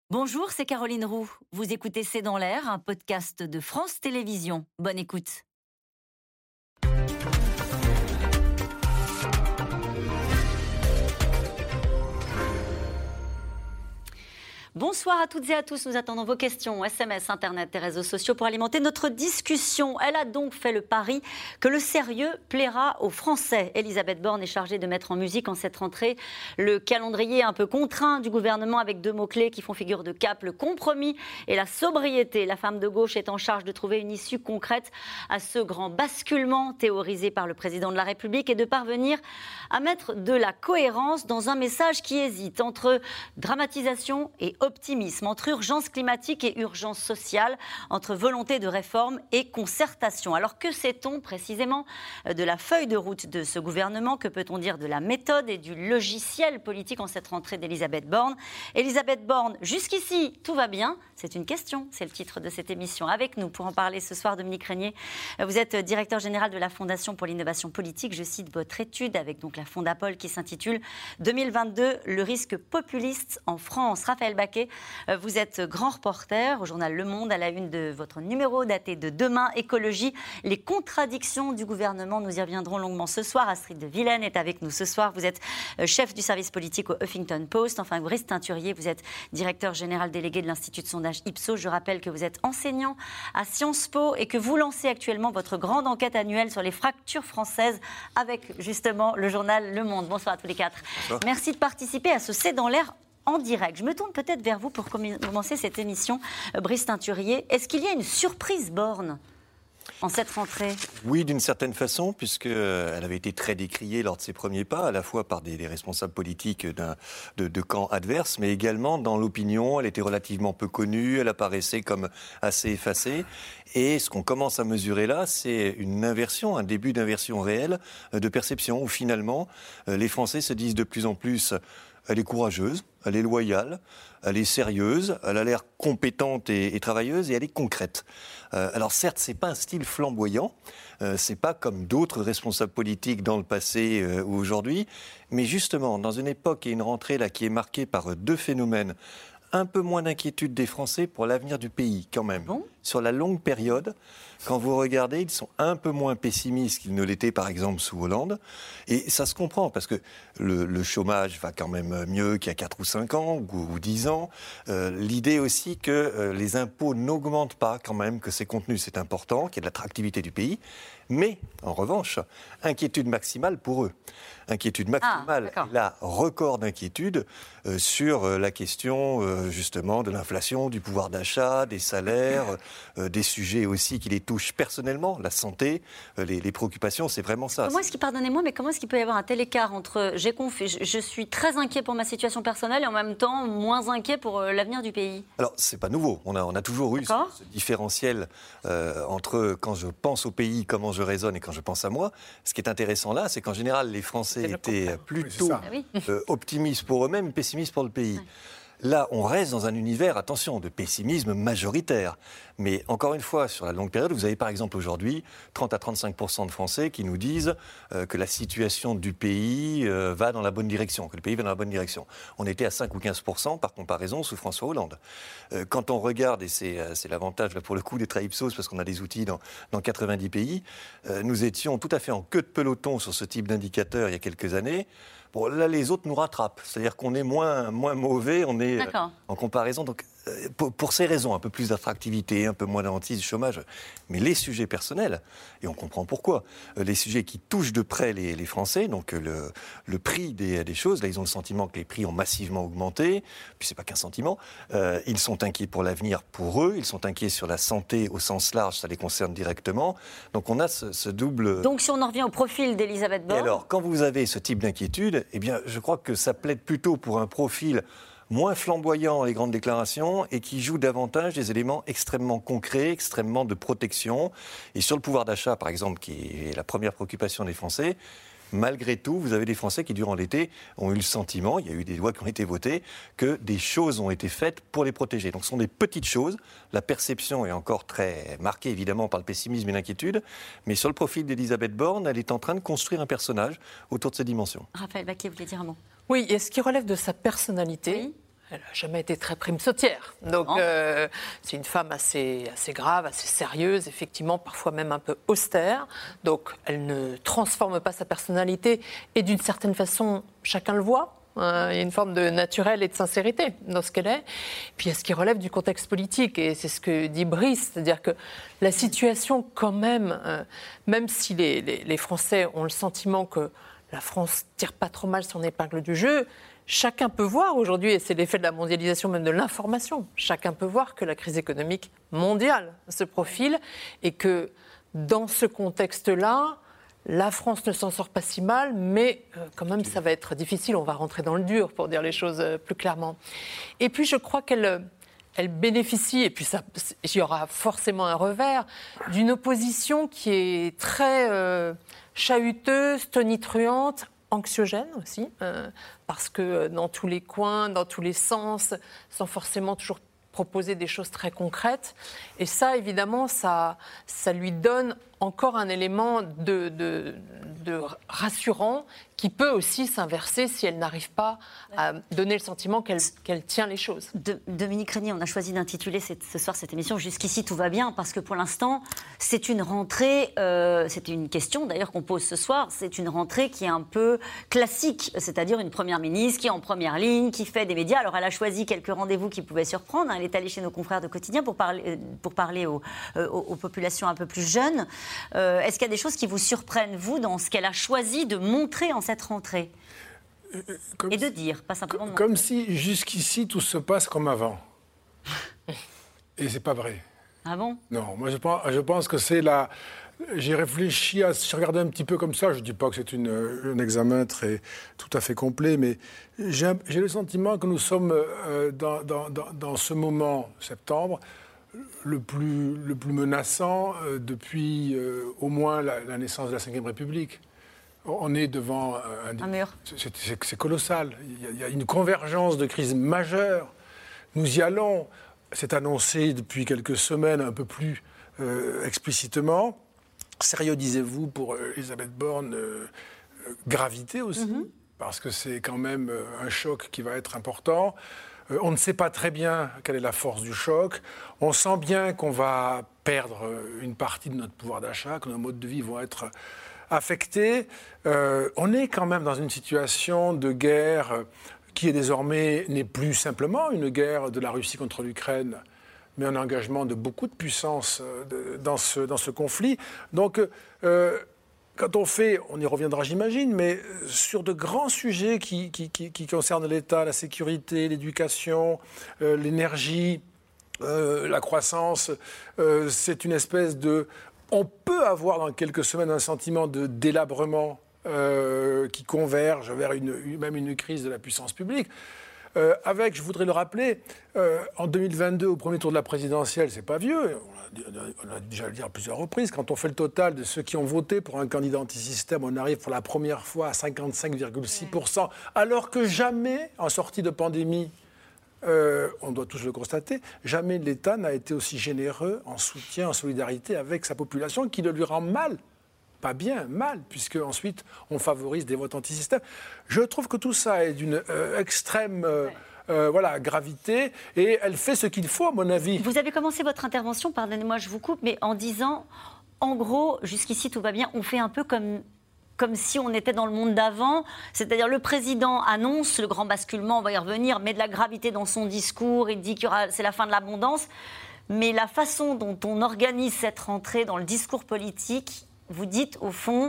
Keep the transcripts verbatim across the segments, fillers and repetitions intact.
Bonjour, c'est Caroline Roux. Vous écoutez C'est dans l'air, un podcast de France Télévisions. Bonne écoute. Bonsoir à toutes et à tous, nous attendons vos questions, S M S, Internet et réseaux sociaux pour alimenter notre discussion. Elle a donc fait le pari que le sérieux plaira aux Français. Elisabeth Borne est chargée de mettre en musique en cette rentrée le calendrier un peu contraint du gouvernement avec deux mots-clés qui font figure de cap, le compromis et la sobriété. La femme de gauche est en charge de trouver une issue concrète à ce grand basculement théorisé par le président de la République et de parvenir à mettre de la cohérence dans un message qui hésite entre dramatisation et optimisme, entre urgence climatique et urgence sociale, entre volonté de réforme et concertation. Alors que sait-on précisément de la feuille de route de ce gouvernement? Que peut-on dire de la méthode et du logiciel politique en cette rentrée d'Elisabeth Borne? Elisabeth Borne, jusqu'ici, tout va bien? C'est une question, c'est le titre de cette émission. Avec nous, pour en parler ce soir, Dominique Régnier, vous êtes directeur général de la Fondation pour l'innovation politique. Je cite votre étude avec donc la Fondapol qui s'intitule deux mille vingt-deux, le risque populiste en France. Raphaël Baquet, vous êtes grand reporter au journal Le Monde, à la une de votre numéro daté de demain, Écologie, les contradictions du gouvernement. Nous y reviendrons longuement ce soir. Astrid de Villene est avec nous ce soir. Vous êtes chef du service politique au Huffington Post. Enfin, Brice Teinturier, vous êtes directeur général délégué de l'Institut de sondage Ipsos. Je rappelle que vous êtes enseignant à Sciences Po et que vous lancez actuellement votre grande enquête annuelle sur les fractures françaises avec justement le journal Le Monde. Bonsoir à tous les quatre. Bonsoir. Merci de participer à ce C'est dans l'air en direct. Je me tourne peut-être vers vous pour commencer cette émission. Brice Teinturier, est-ce qu'il y a une surprise Borne en cette rentrée? Oui, d'une certaine façon, puisqu'elle avait été très décriée lors de ses premiers pas, à la fois par des, des responsables politiques d'un, de, de camps adverses, mais également dans l'opinion. Elle était relativement peu connue, elle apparaissait comme assez effacée. Et ce qu'on commence à mesurer là, c'est une inversion, un début d'inversion réelle de perception, où finalement, les Français se disent de plus en plus: elle est courageuse, elle est loyale, elle est sérieuse, elle a l'air compétente et, et travailleuse, et elle est concrète. Euh, alors certes, c'est pas un style flamboyant, euh, c'est pas comme d'autres responsables politiques dans le passé euh, ou aujourd'hui, mais justement, dans une époque et une rentrée là qui est marquée par deux phénomènes, un peu moins d'inquiétude des Français pour l'avenir du pays, quand même. Bon. Sur la longue période, quand vous regardez, ils sont un peu moins pessimistes qu'ils ne l'étaient, par exemple, sous Hollande. Et ça se comprend, parce que le, le chômage va quand même mieux qu'il y a quatre ou cinq ans, ou, ou dix ans. Euh, l'idée aussi que euh, les impôts n'augmentent pas, quand même, que c'est contenu, c'est important, qu'il y a de l'attractivité du pays. Mais, en revanche, inquiétude maximale pour eux. Inquiétude maximale, ah, là, record d'inquiétude euh, sur euh, la question, euh, justement, de l'inflation, du pouvoir d'achat, des salaires, euh, des sujets aussi qui les touchent personnellement, la santé, euh, les, les préoccupations, c'est vraiment ça. Comment est-ce qu'il, pardonnez-moi, mais comment est-ce qu'il peut y avoir un tel écart entre j'ai confié, je, je suis très inquiet pour ma situation personnelle et en même temps moins inquiet pour euh, l'avenir du pays? Alors, c'est pas nouveau. On a, on a toujours eu ce, ce différentiel euh, entre quand je pense au pays, comment je raisonne, et quand je pense à moi. Ce qui est intéressant là, c'est qu'en général, les Français étaient plutôt oui, euh, optimistes pour eux-mêmes, pessimistes pour le pays. Oui. Là, on reste dans un univers, attention, de pessimisme majoritaire. Mais encore une fois, sur la longue période, vous avez par exemple aujourd'hui trente à trente-cinq pour cent de Français qui nous disent euh, que la situation du pays euh, va dans la bonne direction, que le pays va dans la bonne direction. On était à cinq ou quinze pour cent par comparaison sous François Hollande. Euh, quand on regarde, et c'est, euh, c'est l'avantage là, pour le coup d'être à Ipsos, parce qu'on a des outils dans, dans quatre-vingt-dix pays, euh, nous étions tout à fait en queue de peloton sur ce type d'indicateur il y a quelques années. Bon, là, les autres nous rattrapent. C'est-à-dire qu'on est moins, moins mauvais, on est euh, en comparaison. Donc, euh, pour, pour ces raisons, un peu plus d'attractivité, un peu moins d'hantise, du chômage. Mais les sujets personnels, et on comprend pourquoi, euh, les sujets qui touchent de près les, les Français, donc euh, le, le prix des, des choses, là, ils ont le sentiment que les prix ont massivement augmenté, puis c'est pas qu'un sentiment. Euh, ils sont inquiets pour l'avenir pour eux, ils sont inquiets sur la santé au sens large, ça les concerne directement. Donc, on a ce, ce double... Donc, si on en revient au profil d'Elisabeth Borne... Et alors, quand vous avez ce type d'inquiétude, eh bien, je crois que ça plaide plutôt pour un profil moins flamboyant dans les grandes déclarations et qui joue davantage des éléments extrêmement concrets, extrêmement de protection. Et sur le pouvoir d'achat, par exemple, qui est la première préoccupation des Français, malgré tout, vous avez des Français qui, durant l'été, ont eu le sentiment, il y a eu des lois qui ont été votées, que des choses ont été faites pour les protéger. Donc ce sont des petites choses. La perception est encore très marquée, évidemment, par le pessimisme et l'inquiétude. Mais sur le profil d'Elisabeth Borne, elle est en train de construire un personnage autour de ces dimensions. Raphaël Baquet, vous voulez dire un mot? Oui, et ce qui relève de sa personnalité, oui. Elle n'a jamais été très prime sautière. Donc, euh, c'est une femme assez, assez grave, assez sérieuse, effectivement, parfois même un peu austère. Donc, elle ne transforme pas sa personnalité. Et d'une certaine façon, chacun le voit. Euh, il y a une forme de naturel et de sincérité dans ce qu'elle est. Puis, il y a ce qui relève du contexte politique. Et c'est ce que dit Brice. C'est-à-dire que la situation, quand même, euh, même si les, les, les Français ont le sentiment que la France ne tire pas trop mal son épingle du jeu, chacun peut voir aujourd'hui, et c'est l'effet de la mondialisation, même de l'information, chacun peut voir que la crise économique mondiale se profile et que dans ce contexte-là, la France ne s'en sort pas si mal, mais euh, quand même ça va être difficile, on va rentrer dans le dur pour dire les choses euh, plus clairement. Et puis je crois qu'elle... Elle bénéficie, et puis ça, il y aura forcément un revers, d'une opposition qui est très euh, chahuteuse, tonitruante, anxiogène aussi, euh, parce que dans tous les coins, dans tous les sens, sans forcément toujours proposer des choses très concrètes. Et ça, évidemment, ça, ça lui donne encore un élément de, de, de rassurant qui peut aussi s'inverser si elle n'arrive pas à donner le sentiment qu'elle, qu'elle tient les choses. De, Dominique Régnier, on a choisi d'intituler cette, ce soir cette émission « Jusqu'ici, tout va bien » parce que pour l'instant, c'est une rentrée, euh, c'est une question d'ailleurs qu'on pose ce soir, c'est une rentrée qui est un peu classique, c'est-à-dire une première ministre qui est en première ligne, qui fait des médias. Alors elle a choisi quelques rendez-vous qui pouvaient surprendre, elle est allée chez nos confrères de Quotidien pour parler, pour parler aux, aux, aux populations un peu plus jeunes. Euh, est-ce qu'il y a des choses qui vous surprennent, vous, dans ce qu'elle a choisi de montrer en cette rentrée ? Comme Et de dire, pas simplement de Comme si jusqu'ici tout se passe comme avant. Et c'est pas vrai. Ah bon ? Non, moi je pense, je pense que c'est la... J'ai réfléchi, à, j'ai regardé un petit peu comme ça, je ne dis pas que c'est une, un examen très, tout à fait complet, mais j'ai, j'ai le sentiment que nous sommes euh, dans, dans, dans, dans ce moment, septembre, le plus, le plus menaçant euh, depuis euh, au moins la, la naissance de la cinquième République. On est devant un, un mur. C'est, c'est, c'est colossal. Il y, a, il y a une convergence de crises majeures. Nous y allons. C'est annoncé depuis quelques semaines un peu plus euh, explicitement. Sérieux, disiez-vous, pour euh, Elisabeth Borne, euh, euh, gravité aussi, mm-hmm. parce que c'est quand même euh, un choc qui va être important. Euh, on ne sait pas très bien quelle est la force du choc. On sent bien qu'on va perdre euh, une partie de notre pouvoir d'achat, que nos modes de vie vont être affectés. Euh, on est quand même dans une situation de guerre euh, qui est désormais n'est plus simplement une guerre de la Russie contre l'Ukraine, mais un engagement de beaucoup de puissance euh, dans, ce, dans ce conflit. Donc, euh, quand on fait, on y reviendra j'imagine, mais sur de grands sujets qui, qui, qui, qui concernent l'État, la sécurité, l'éducation, euh, l'énergie, euh, la croissance, euh, c'est une espèce de... On peut avoir dans quelques semaines un sentiment de délabrement euh, qui converge vers une, même une crise de la puissance publique. Euh, avec, je voudrais le rappeler, euh, en deux mille vingt-deux, au premier tour de la présidentielle, c'est pas vieux, on a, on a déjà le dit à plusieurs reprises, quand on fait le total de ceux qui ont voté pour un candidat anti-système, on arrive pour la première fois à cinquante-cinq virgule six pour cent, alors que jamais, en sortie de pandémie, euh, on doit tous le constater, jamais l'État n'a été aussi généreux en soutien, en solidarité avec sa population, qui le lui rend mal. Pas bien, mal, puisque ensuite on favorise des votes anti-système. Je trouve que tout ça est d'une euh, extrême euh, euh, voilà, gravité, et elle fait ce qu'il faut, à mon avis. Vous avez commencé votre intervention, pardonnez-moi, je vous coupe, mais en disant, en gros, jusqu'ici tout va bien, on fait un peu comme... comme si on était dans le monde d'avant, c'est-à-dire le président annonce le grand basculement, on va y revenir, met de la gravité dans son discours, il dit que c'est la fin de l'abondance, mais la façon dont on organise cette rentrée dans le discours politique, vous dites, au fond,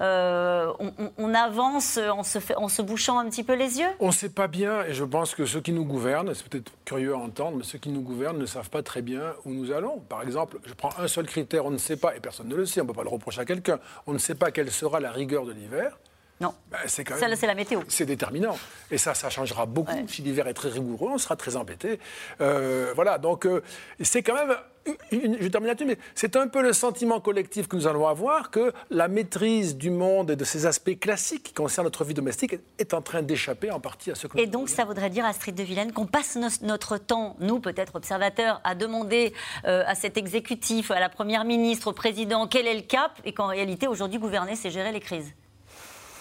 euh, on, on, on avance en se, fait, en se bouchant un petit peu les yeux ? On ne sait pas bien, et je pense que ceux qui nous gouvernent, c'est peut-être curieux à entendre, mais ceux qui nous gouvernent ne savent pas très bien où nous allons. Par exemple, je prends un seul critère, on ne sait pas, et personne ne le sait, on ne peut pas le reprocher à quelqu'un, on ne sait pas quelle sera la rigueur de l'hiver. Non, ben, c'est quand même, ça, c'est la météo. C'est déterminant. Et ça, ça changera beaucoup. Ouais. Si l'hiver est très rigoureux, on sera très embêté. Euh, voilà, donc euh, c'est quand même... Une, je termine là-dessus, mais c'est un peu le sentiment collectif que nous allons avoir que la maîtrise du monde et de ses aspects classiques qui concernent notre vie domestique est en train d'échapper en partie à ce que nous... Et donc, ça voudrait dire, Astrid de Villaine, qu'on passe no- notre temps, nous, peut-être observateurs, à demander euh, à cet exécutif, à la Première ministre, au Président, quel est le cap, et qu'en réalité, aujourd'hui, gouverner, c'est gérer les crises.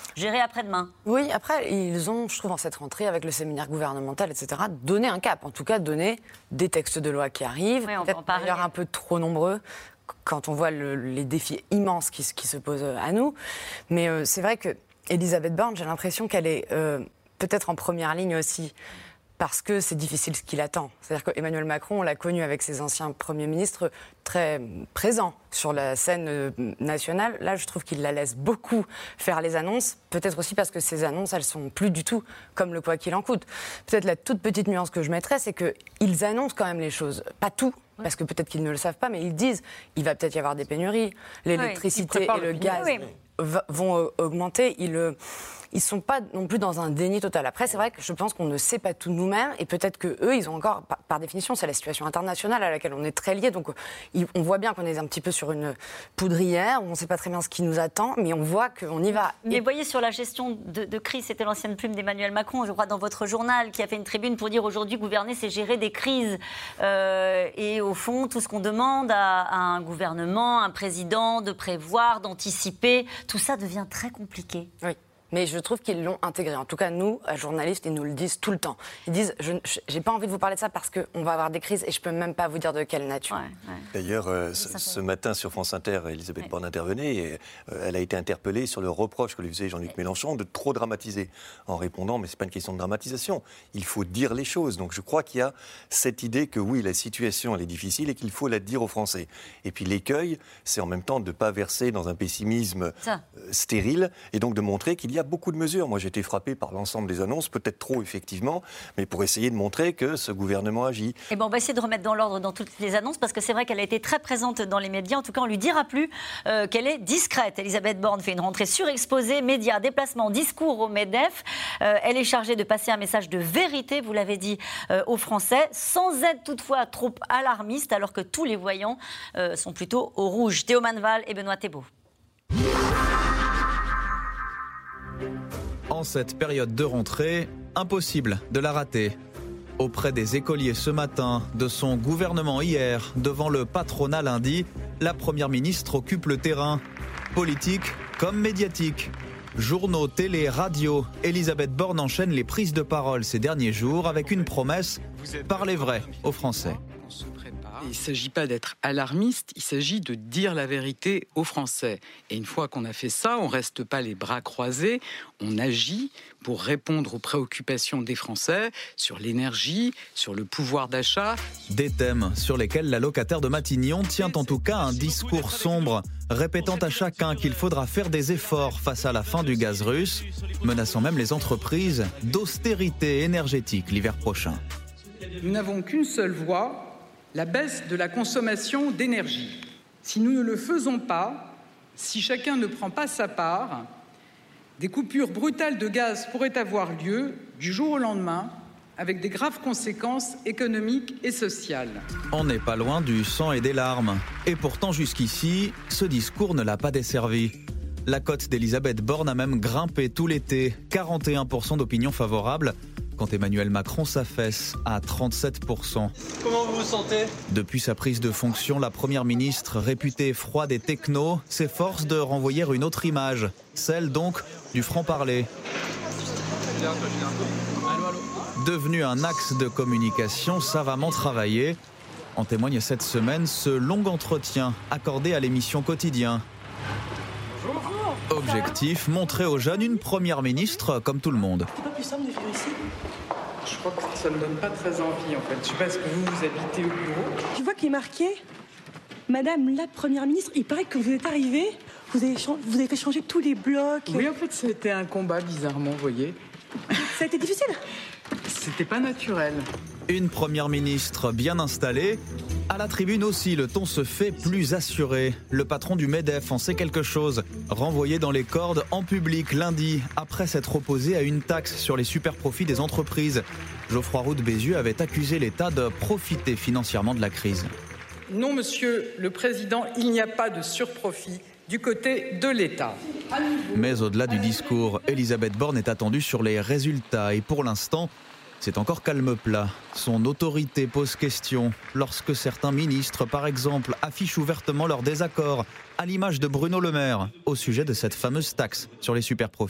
gérer après-demain. Oui, après, ils ont, je trouve, en cette rentrée, avec le séminaire gouvernemental, et cetera, donné un cap. En tout cas, donné des textes de loi qui arrivent, oui, peut-être d'ailleurs un peu trop nombreux, quand on voit le, les défis immenses qui, qui se posent à nous. Mais euh, c'est vrai que Elisabeth Borne, j'ai l'impression qu'elle est euh, peut-être en première ligne aussi, parce que c'est difficile ce qui l'attend. C'est-à-dire qu'Emmanuel Macron, on l'a connu avec ses anciens premiers ministres très présents sur la scène nationale. Là, je trouve qu'il la laisse beaucoup faire les annonces, peut-être aussi parce que ces annonces, elles sont plus du tout comme le quoi qu'il en coûte. Peut-être la toute petite nuance que je mettrais, c'est qu'ils annoncent quand même les choses. Pas tout, parce que peut-être qu'ils ne le savent pas, mais ils disent il va peut-être y avoir des pénuries, l'électricité oui, et le gaz oui. vont augmenter. Ils Ils ne sont pas non plus dans un déni total. Après, c'est vrai que je pense qu'on ne sait pas tout nous-mêmes et peut-être qu'eux, ils ont encore, par, par définition, c'est la situation internationale à laquelle on est très liés. Donc, ils, on voit bien qu'on est un petit peu sur une poudrière, on ne sait pas très bien ce qui nous attend, mais on voit qu'on y va. Mais et... vous voyez, sur la gestion de, de crise, c'était l'ancienne plume d'Emmanuel Macron, je crois, dans votre journal, qui a fait une tribune pour dire aujourd'hui, gouverner, c'est gérer des crises. Euh, et au fond, tout ce qu'on demande à, à un gouvernement, un président, de prévoir, d'anticiper, tout ça devient très compliqué. Oui. Mais je trouve qu'ils l'ont intégré. En tout cas, nous, journalistes, ils nous le disent tout le temps. Ils disent, je n'ai pas envie de vous parler de ça parce qu'on va avoir des crises et je ne peux même pas vous dire de quelle nature. Ouais, ouais. D'ailleurs, euh, ce, ce matin sur France Inter, Elisabeth ouais. Borne intervenait et euh, elle a été interpellée sur le reproche que lui faisait Jean-Luc ouais. Mélenchon de trop dramatiser. En répondant, mais ce n'est pas une question de dramatisation. Il faut dire les choses. Donc je crois qu'il y a cette idée que oui, la situation, elle est difficile et qu'il faut la dire aux Français. Et puis l'écueil, c'est en même temps de ne pas verser dans un pessimisme euh, stérile et donc de montrer qu'il y a beaucoup de mesures. Moi, j'ai été frappé par l'ensemble des annonces, peut-être trop, effectivement, mais pour essayer de montrer que ce gouvernement agit. Eh ben, on va essayer de remettre dans l'ordre dans toutes les annonces, parce que c'est vrai qu'elle a été très présente dans les médias. En tout cas, on ne lui dira plus euh, qu'elle est discrète. Elisabeth Borne fait une rentrée surexposée, médias, déplacements, discours au MEDEF. Euh, elle est chargée de passer un message de vérité, vous l'avez dit, euh, aux Français, sans être toutefois trop alarmiste, alors que tous les voyants euh, sont plutôt au rouge. Théo Manval et Benoît Thébault. En cette période de rentrée, impossible de la rater. Auprès des écoliers ce matin, de son gouvernement hier, devant le patronat lundi, la première ministre occupe le terrain. Politique comme médiatique. Journaux, télé, radio, Elisabeth Borne enchaîne les prises de parole ces derniers jours avec une promesse, parler vrai aux Français. Il ne s'agit pas d'être alarmiste, il s'agit de dire la vérité aux Français. Et une fois qu'on a fait ça, on ne reste pas les bras croisés, on agit pour répondre aux préoccupations des Français sur l'énergie, sur le pouvoir d'achat. Des thèmes sur lesquels la locataire de Matignon tient en tout cas un discours sombre, répétant à chacun qu'il faudra faire des efforts face à la fin du gaz russe, menaçant même les entreprises d'austérité énergétique l'hiver prochain. Nous n'avons qu'une seule voie, la baisse de la consommation d'énergie. Si nous ne le faisons pas, si chacun ne prend pas sa part, des coupures brutales de gaz pourraient avoir lieu du jour au lendemain, avec des graves conséquences économiques et sociales. On n'est pas loin du sang et des larmes. Et pourtant, jusqu'ici, ce discours ne l'a pas desservi. La cote d'Elisabeth Borne a même grimpé tout l'été, quarante et un pour cent d'opinion favorable, quand Emmanuel Macron s'affaisse à trente-sept pour cent. Comment vous vous sentez ? Depuis sa prise de fonction, la première ministre, réputée froide et techno, s'efforce de renvoyer une autre image, celle donc du franc-parler. Devenu un axe de communication savamment travaillé, en témoigne cette semaine ce long entretien accordé à l'émission Quotidien. Objectif, montrer aux jeunes une première ministre comme tout le monde. C'est pas plus simple de vivre ici ? Je crois que ça ne me donne pas très envie en fait. Je sais pas, est-ce que vous, vous habitez au bureau ? Tu vois qu'il est marqué Madame la Première ministre, il paraît que vous êtes arrivée, vous avez, vous avez fait changer tous les blocs. Oui, en fait, c'était un combat, bizarrement, vous voyez. Ça a été difficile ? C'était pas naturel. Une première ministre bien installée. À la tribune aussi, le ton se fait plus assuré. Le patron du MEDEF en sait quelque chose. Renvoyé dans les cordes en public lundi, après s'être opposé à une taxe sur les superprofits des entreprises. Geoffroy Roux de Bézieux avait accusé l'État de profiter financièrement de la crise. Non, monsieur le Président, il n'y a pas de surprofit du côté de l'État. Mais au-delà du discours, Elisabeth Borne est attendue sur les résultats. Et pour l'instant, c'est encore calme plat. Son autorité pose question lorsque certains ministres, par exemple, affichent ouvertement leur désaccord, à l'image de Bruno Le Maire, au sujet de cette fameuse taxe sur les superprofits.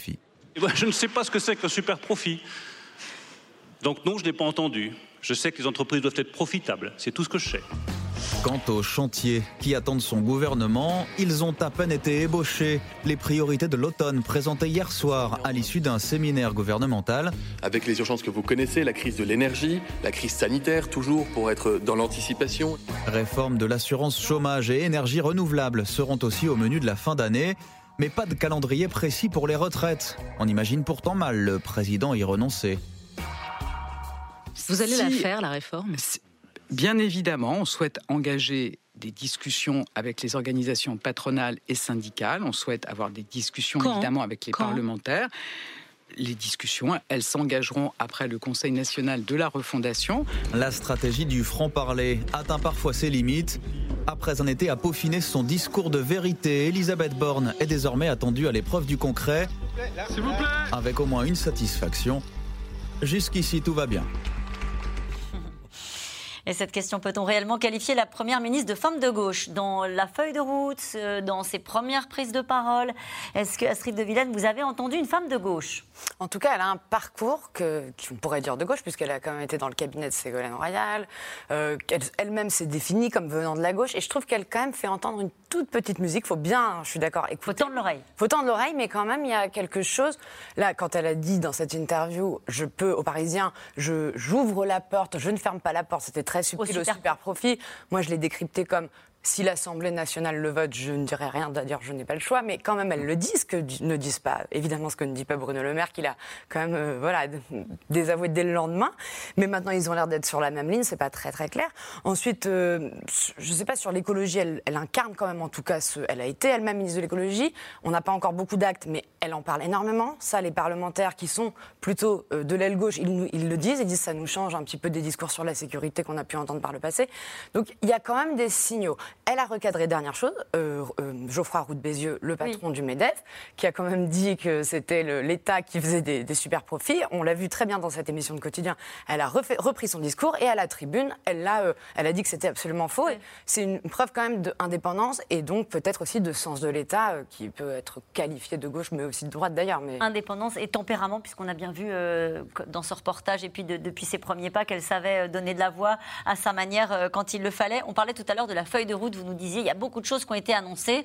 Et ben, je ne sais pas ce que c'est qu'un super profit. Donc non, je n'ai pas entendu. Je sais que les entreprises doivent être profitables. C'est tout ce que je sais. Quant aux chantiers qui attendent son gouvernement, ils ont à peine été ébauchés. Les priorités de l'automne présentées hier soir à l'issue d'un séminaire gouvernemental. Avec les urgences que vous connaissez, la crise de l'énergie, la crise sanitaire, toujours pour être dans l'anticipation. Réforme de l'assurance chômage et énergie renouvelable seront aussi au menu de la fin d'année. Mais pas de calendrier précis pour les retraites. On imagine pourtant mal le président y renoncer. Vous allez si, la faire, la réforme ? Bien évidemment, on souhaite engager des discussions avec les organisations patronales et syndicales. On souhaite avoir des discussions Quand évidemment avec les Quand parlementaires. Les discussions, elles s'engageront après le Conseil national de la refondation. La stratégie du franc-parler atteint parfois ses limites. Après un été à peaufiner son discours de vérité, Elisabeth Borne est désormais attendue à l'épreuve du concret. S'il vous plaît. Avec au moins une satisfaction. Jusqu'ici, tout va bien. Et cette question, peut-on réellement qualifier la Première ministre de femme de gauche? Dans la feuille de route, dans ses premières prises de parole, est-ce que, Astrid de Villene, vous avez entendu une femme de gauche? En tout cas, elle a un parcours que, qu'on pourrait dire de gauche, puisqu'elle a quand même été dans le cabinet de Ségolène Royal, euh, qu'elle, elle-même s'est définie comme venant de la gauche, et je trouve qu'elle quand même fait entendre une toute petite musique. Faut bien, je suis d'accord, écouter. Faut tendre l'oreille. Faut tendre l'oreille, mais quand même, il y a quelque chose. Là, quand elle a dit dans cette interview, je peux, aux Parisiens, je, j'ouvre la porte, je ne ferme pas la porte, c'était très subtil, au super, au super profit. Moi, je l'ai décrypté comme... Si l'Assemblée nationale le vote, je ne dirais rien, d'ailleurs je n'ai pas le choix, mais quand même elles le disent, que ne disent pas, évidemment ce que ne dit pas Bruno Le Maire, qu'il a quand même euh, voilà, désavoué dès le lendemain, mais maintenant ils ont l'air d'être sur la même ligne, c'est pas très très clair. Ensuite, euh, je ne sais pas, sur l'écologie, elle, elle incarne quand même en tout cas, ce, elle a été elle-même ministre de l'écologie, on n'a pas encore beaucoup d'actes, mais elle en parle énormément, ça les parlementaires qui sont plutôt euh, de l'aile gauche, ils, ils le disent, ils disent ça nous change un petit peu des discours sur la sécurité qu'on a pu entendre par le passé, donc il y a quand même des signaux. Elle a recadré dernière chose, euh, euh, Geoffroy Roux de Bézieux, le patron oui. du MEDEF, qui a quand même dit que c'était le, l'État qui faisait des, des super profits. On l'a vu très bien dans cette émission de Quotidien. Elle a refait, repris son discours et à la tribune, elle a, euh, elle a dit que c'était absolument faux. Oui. C'est une preuve quand même d'indépendance et donc peut-être aussi de sens de l'État euh, qui peut être qualifié de gauche, mais aussi de droite d'ailleurs. Mais... Indépendance et tempérament, puisqu'on a bien vu euh, dans ce reportage et puis de, depuis ses premiers pas qu'elle savait donner de la voix à sa manière euh, quand il le fallait. On parlait tout à l'heure de la feuille de route. Vous nous disiez, il y a beaucoup de choses qui ont été annoncées,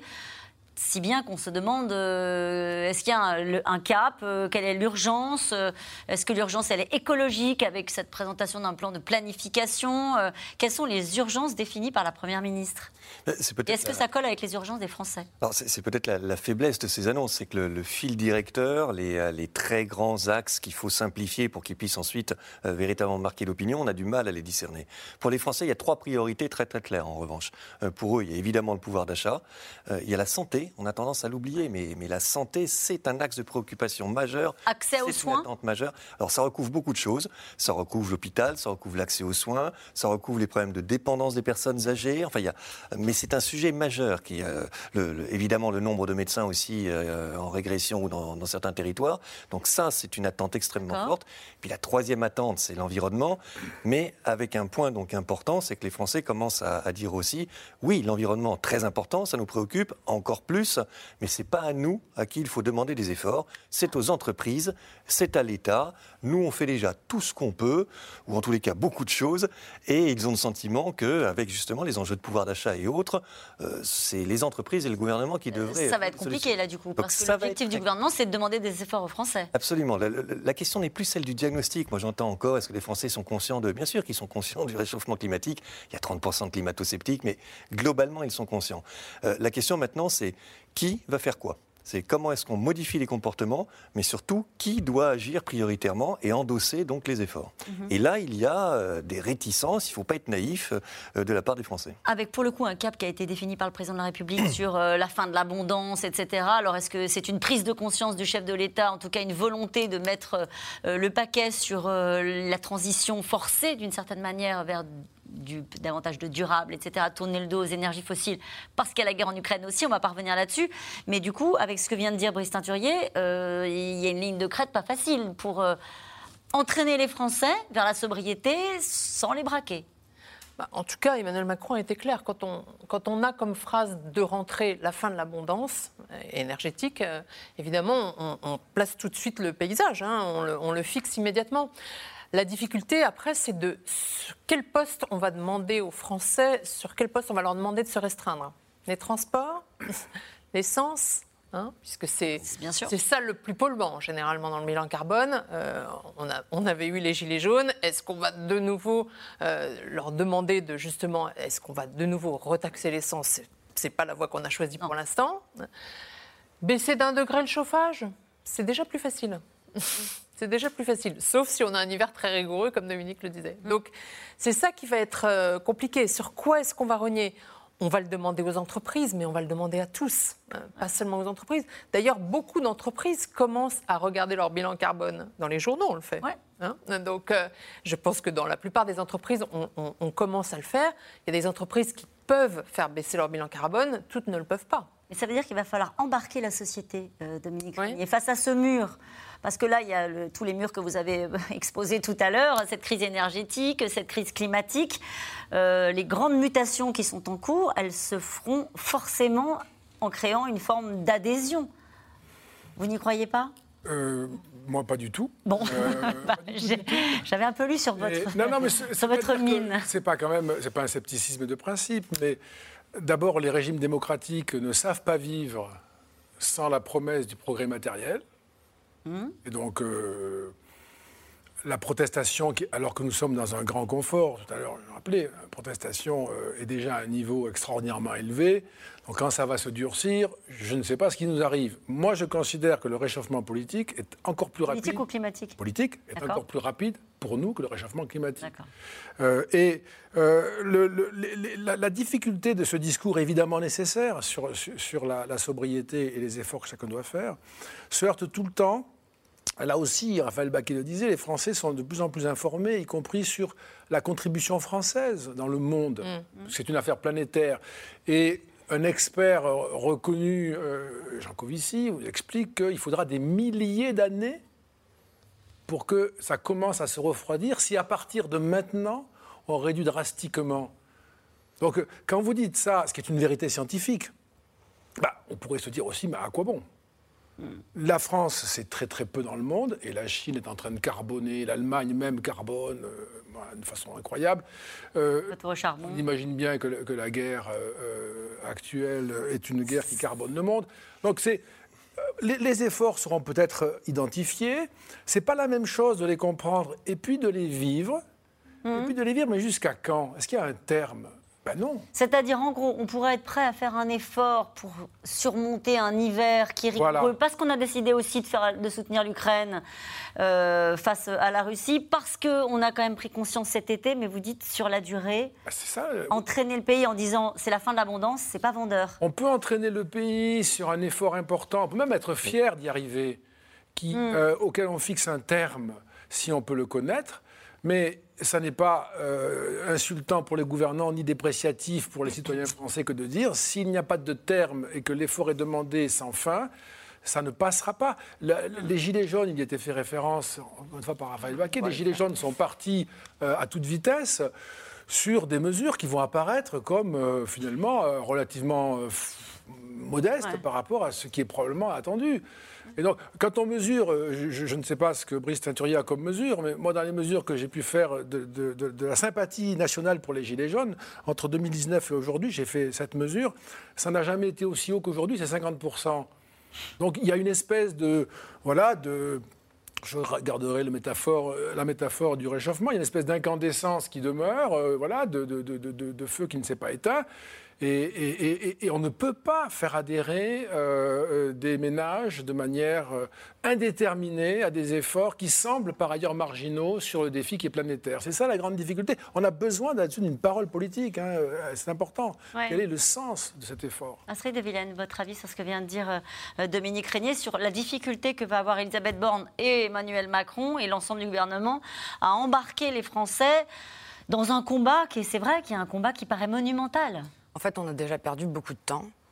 si bien qu'on se demande, euh, est-ce qu'il y a un, un cap, euh, quelle est l'urgence, euh, est-ce que l'urgence, elle est écologique avec cette présentation d'un plan de planification, euh, quelles sont les urgences définies par la Première ministre? C'est peut-être Et est-ce que ça colle avec les urgences des Français? Alors c'est, c'est peut-être la, la faiblesse de ces annonces, c'est que le, le fil directeur, les, les très grands axes qu'il faut simplifier pour qu'ils puissent ensuite euh, véritablement marquer l'opinion, on a du mal à les discerner. Pour les Français, il y a trois priorités très très claires en revanche. Euh, pour eux, il y a évidemment le pouvoir d'achat, euh, il y a la santé. On a tendance à l'oublier, mais, mais la santé, c'est un axe de préoccupation majeur. Accès aux soins. C'est une attente majeure. Alors, ça recouvre beaucoup de choses. Ça recouvre l'hôpital, ça recouvre l'accès aux soins, ça recouvre les problèmes de dépendance des personnes âgées. Enfin, il y a... Mais c'est un sujet majeur qui, euh, le, le, évidemment, le nombre de médecins aussi euh, en régression ou dans, dans certains territoires. Donc ça, c'est une attente extrêmement D'accord. forte. Puis la troisième attente, c'est l'environnement, mais avec un point donc important, c'est que les Français commencent à, à dire aussi, oui, l'environnement très important, ça nous préoccupe encore plus. Mais ce n'est pas à nous à qui il faut demander des efforts, c'est aux entreprises, c'est à l'État. Nous, on fait déjà tout ce qu'on peut, ou en tous les cas beaucoup de choses, et ils ont le sentiment qu'avec justement les enjeux de pouvoir d'achat et autres, euh, c'est les entreprises et le gouvernement qui devraient... Ça va être compliqué là du coup, parce Donc, que l'objectif du gouvernement, c'est de demander des efforts aux Français. Absolument. La, la, la question n'est plus celle du diagnostic. Moi, j'entends encore, est-ce que les Français sont conscients de... Bien sûr qu'ils sont conscients du réchauffement climatique, il y a trente pour cent de climato-sceptiques, mais globalement, ils sont conscients. Euh, la question maintenant, c'est qui va faire quoi? C'est comment est-ce qu'on modifie les comportements, mais surtout, qui doit agir prioritairement et endosser donc les efforts. Mmh. Et là, il y a euh, des réticences, il ne faut pas être naïf euh, de la part des Français. Avec pour le coup un cap qui a été défini par le président de la République sur euh, la fin de l'abondance, et cetera. Alors est-ce que c'est une prise de conscience du chef de l'État, en tout cas une volonté de mettre euh, le paquet sur euh, la transition forcée d'une certaine manière vers... Du, davantage de durable, et cetera, tourner le dos aux énergies fossiles, parce qu'il y a la guerre en Ukraine aussi, on va pas revenir là-dessus. Mais du coup, avec ce que vient de dire Brice Teinturier, euh, il y a une ligne de crête pas facile pour euh, entraîner les Français vers la sobriété sans les braquer. Bah, en tout cas, Emmanuel Macron a été clair. Quand on, quand on a comme phrase de rentrée la fin de l'abondance énergétique, euh, évidemment, on, on place tout de suite le paysage, hein, on, le, on le fixe immédiatement. La difficulté, après, c'est de sur quel poste on va demander aux Français, sur quel poste on va leur demander de se restreindre. Les transports, l'essence, hein, puisque c'est, c'est ça le plus polluant, généralement, dans le bilan carbone. Euh, on, a, on avait eu les gilets jaunes. Est-ce qu'on va de nouveau euh, leur demander de, justement, est-ce qu'on va de nouveau retaxer l'essence ? C'est, c'est pas la voie qu'on a choisie pour l'instant. Baisser d'un degré le chauffage, c'est déjà plus facile. C'est déjà plus facile, sauf si on a un hiver très rigoureux, comme Dominique le disait. Donc, c'est ça qui va être euh, compliqué. Sur quoi est-ce qu'on va rogner ? On va le demander aux entreprises, mais on va le demander à tous, hein, pas seulement aux entreprises. D'ailleurs, beaucoup d'entreprises commencent à regarder leur bilan carbone. Dans les journaux, on le fait. Ouais. Hein, donc, euh, je pense que dans la plupart des entreprises, on, on, on commence à le faire. Il y a des entreprises qui peuvent faire baisser leur bilan carbone, toutes ne le peuvent pas. Mais ça veut dire qu'il va falloir embarquer la société, euh, Dominique Régnier, oui. face à ce mur. Parce que là, il y a le, tous les murs que vous avez exposés tout à l'heure, cette crise énergétique, cette crise climatique. Euh, les grandes mutations qui sont en cours, elles se feront forcément en créant une forme d'adhésion. Vous n'y croyez pas ? euh, Moi, pas du tout. Bon, euh, bah, pas du tout. J'avais un peu lu sur votre, mais, non, non, mais c'est, sur c'est votre mine. C'est pas quand même, c'est pas un scepticisme de principe, mais d'abord, les régimes démocratiques ne savent pas vivre sans la promesse du progrès matériel. Mmh. Et donc, euh, la protestation, qui, alors que nous sommes dans un grand confort, tout à l'heure, je l'ai rappelé, la protestation euh, est déjà à un niveau extraordinairement élevé. Donc, quand ça va se durcir, je ne sais pas ce qui nous arrive. Moi, je considère que le réchauffement politique est encore plus politique rapide. Politique ou climatique ? Politique est D'accord. encore plus rapide pour nous que le réchauffement climatique. Euh, et euh, le, le, le, la, la difficulté de ce discours, évidemment nécessaire, sur, sur, sur la, la sobriété et les efforts que chacun doit faire, se heurte tout le temps. Là aussi, Raphaël Baquet le disait, les Français sont de plus en plus informés, y compris sur la contribution française dans le monde. Mmh. C'est une affaire planétaire. Et un expert reconnu, euh, Jean Covici, vous explique qu'il faudra des milliers d'années pour que ça commence à se refroidir, si à partir de maintenant, on réduit drastiquement. Donc, quand vous dites ça, ce qui est une vérité scientifique, bah, on pourrait se dire aussi, mais à quoi bon ? La France, c'est très très peu dans le monde, et la Chine est en train de carboner, l'Allemagne même carbone euh, voilà, de façon incroyable. Euh, on imagine bien que, que la guerre euh, actuelle est une guerre qui carbone le monde. Donc c'est, euh, les, les efforts seront peut-être identifiés. C'est pas la même chose de les comprendre et puis de les vivre. Mmh. Et puis de les vivre, mais jusqu'à quand ? Est-ce qu'il y a un terme ? Ben non. C'est-à-dire, en gros, on pourrait être prêt à faire un effort pour surmonter un hiver qui est rigoureux, voilà. Parce qu'on a décidé aussi de, faire, de soutenir l'Ukraine euh, face à la Russie, parce qu'on a quand même pris conscience cet été, mais vous dites sur la durée, ben c'est ça, euh... entraîner le pays en disant c'est la fin de l'abondance, c'est pas vendeur. On peut entraîner le pays sur un effort important, on peut même être fier d'y arriver, qui, mm. euh, auquel on fixe un terme, si on peut le connaître, mais ça n'est pas euh, insultant pour les gouvernants ni dépréciatif pour les citoyens français que de dire s'il n'y a pas de terme et que l'effort est demandé sans fin, ça ne passera pas. La, les gilets jaunes, il y était fait référence, encore une fois par Raphaël Baquet, les gilets jaunes sont partis euh, à toute vitesse sur des mesures qui vont apparaître comme euh, finalement euh, relativement euh, modestes ouais. par rapport à ce qui est probablement attendu. Et donc, quand on mesure, je, je ne sais pas ce que Brice Teinturier a comme mesure, mais moi, dans les mesures que j'ai pu faire de, de, de, de la sympathie nationale pour les Gilets jaunes, entre deux mille dix-neuf et aujourd'hui, j'ai fait cette mesure, ça n'a jamais été aussi haut qu'aujourd'hui, c'est cinquante pour cent. Donc, il y a une espèce de, voilà, de... Je garderai le métaphore, la métaphore du réchauffement. Il y a une espèce d'incandescence qui demeure, euh, voilà, de, de, de, de, de feu qui ne s'est pas éteint. Et, et, et, et on ne peut pas faire adhérer euh, des ménages de manière euh, indéterminée à des efforts qui semblent par ailleurs marginaux sur le défi qui est planétaire. C'est ça la grande difficulté. On a besoin là-dessus d'une parole politique, hein, c'est important. Ouais. Quel est le sens de cet effort ? Astrid de Villaine, votre avis sur ce que vient de dire euh, Dominique Régnier, sur la difficulté que va avoir Elisabeth Borne et Emmanuel Macron et l'ensemble du gouvernement à embarquer les Français dans un combat qui, c'est vrai, qui est un combat qui paraît monumental. En fait, on a déjà perdu beaucoup de temps.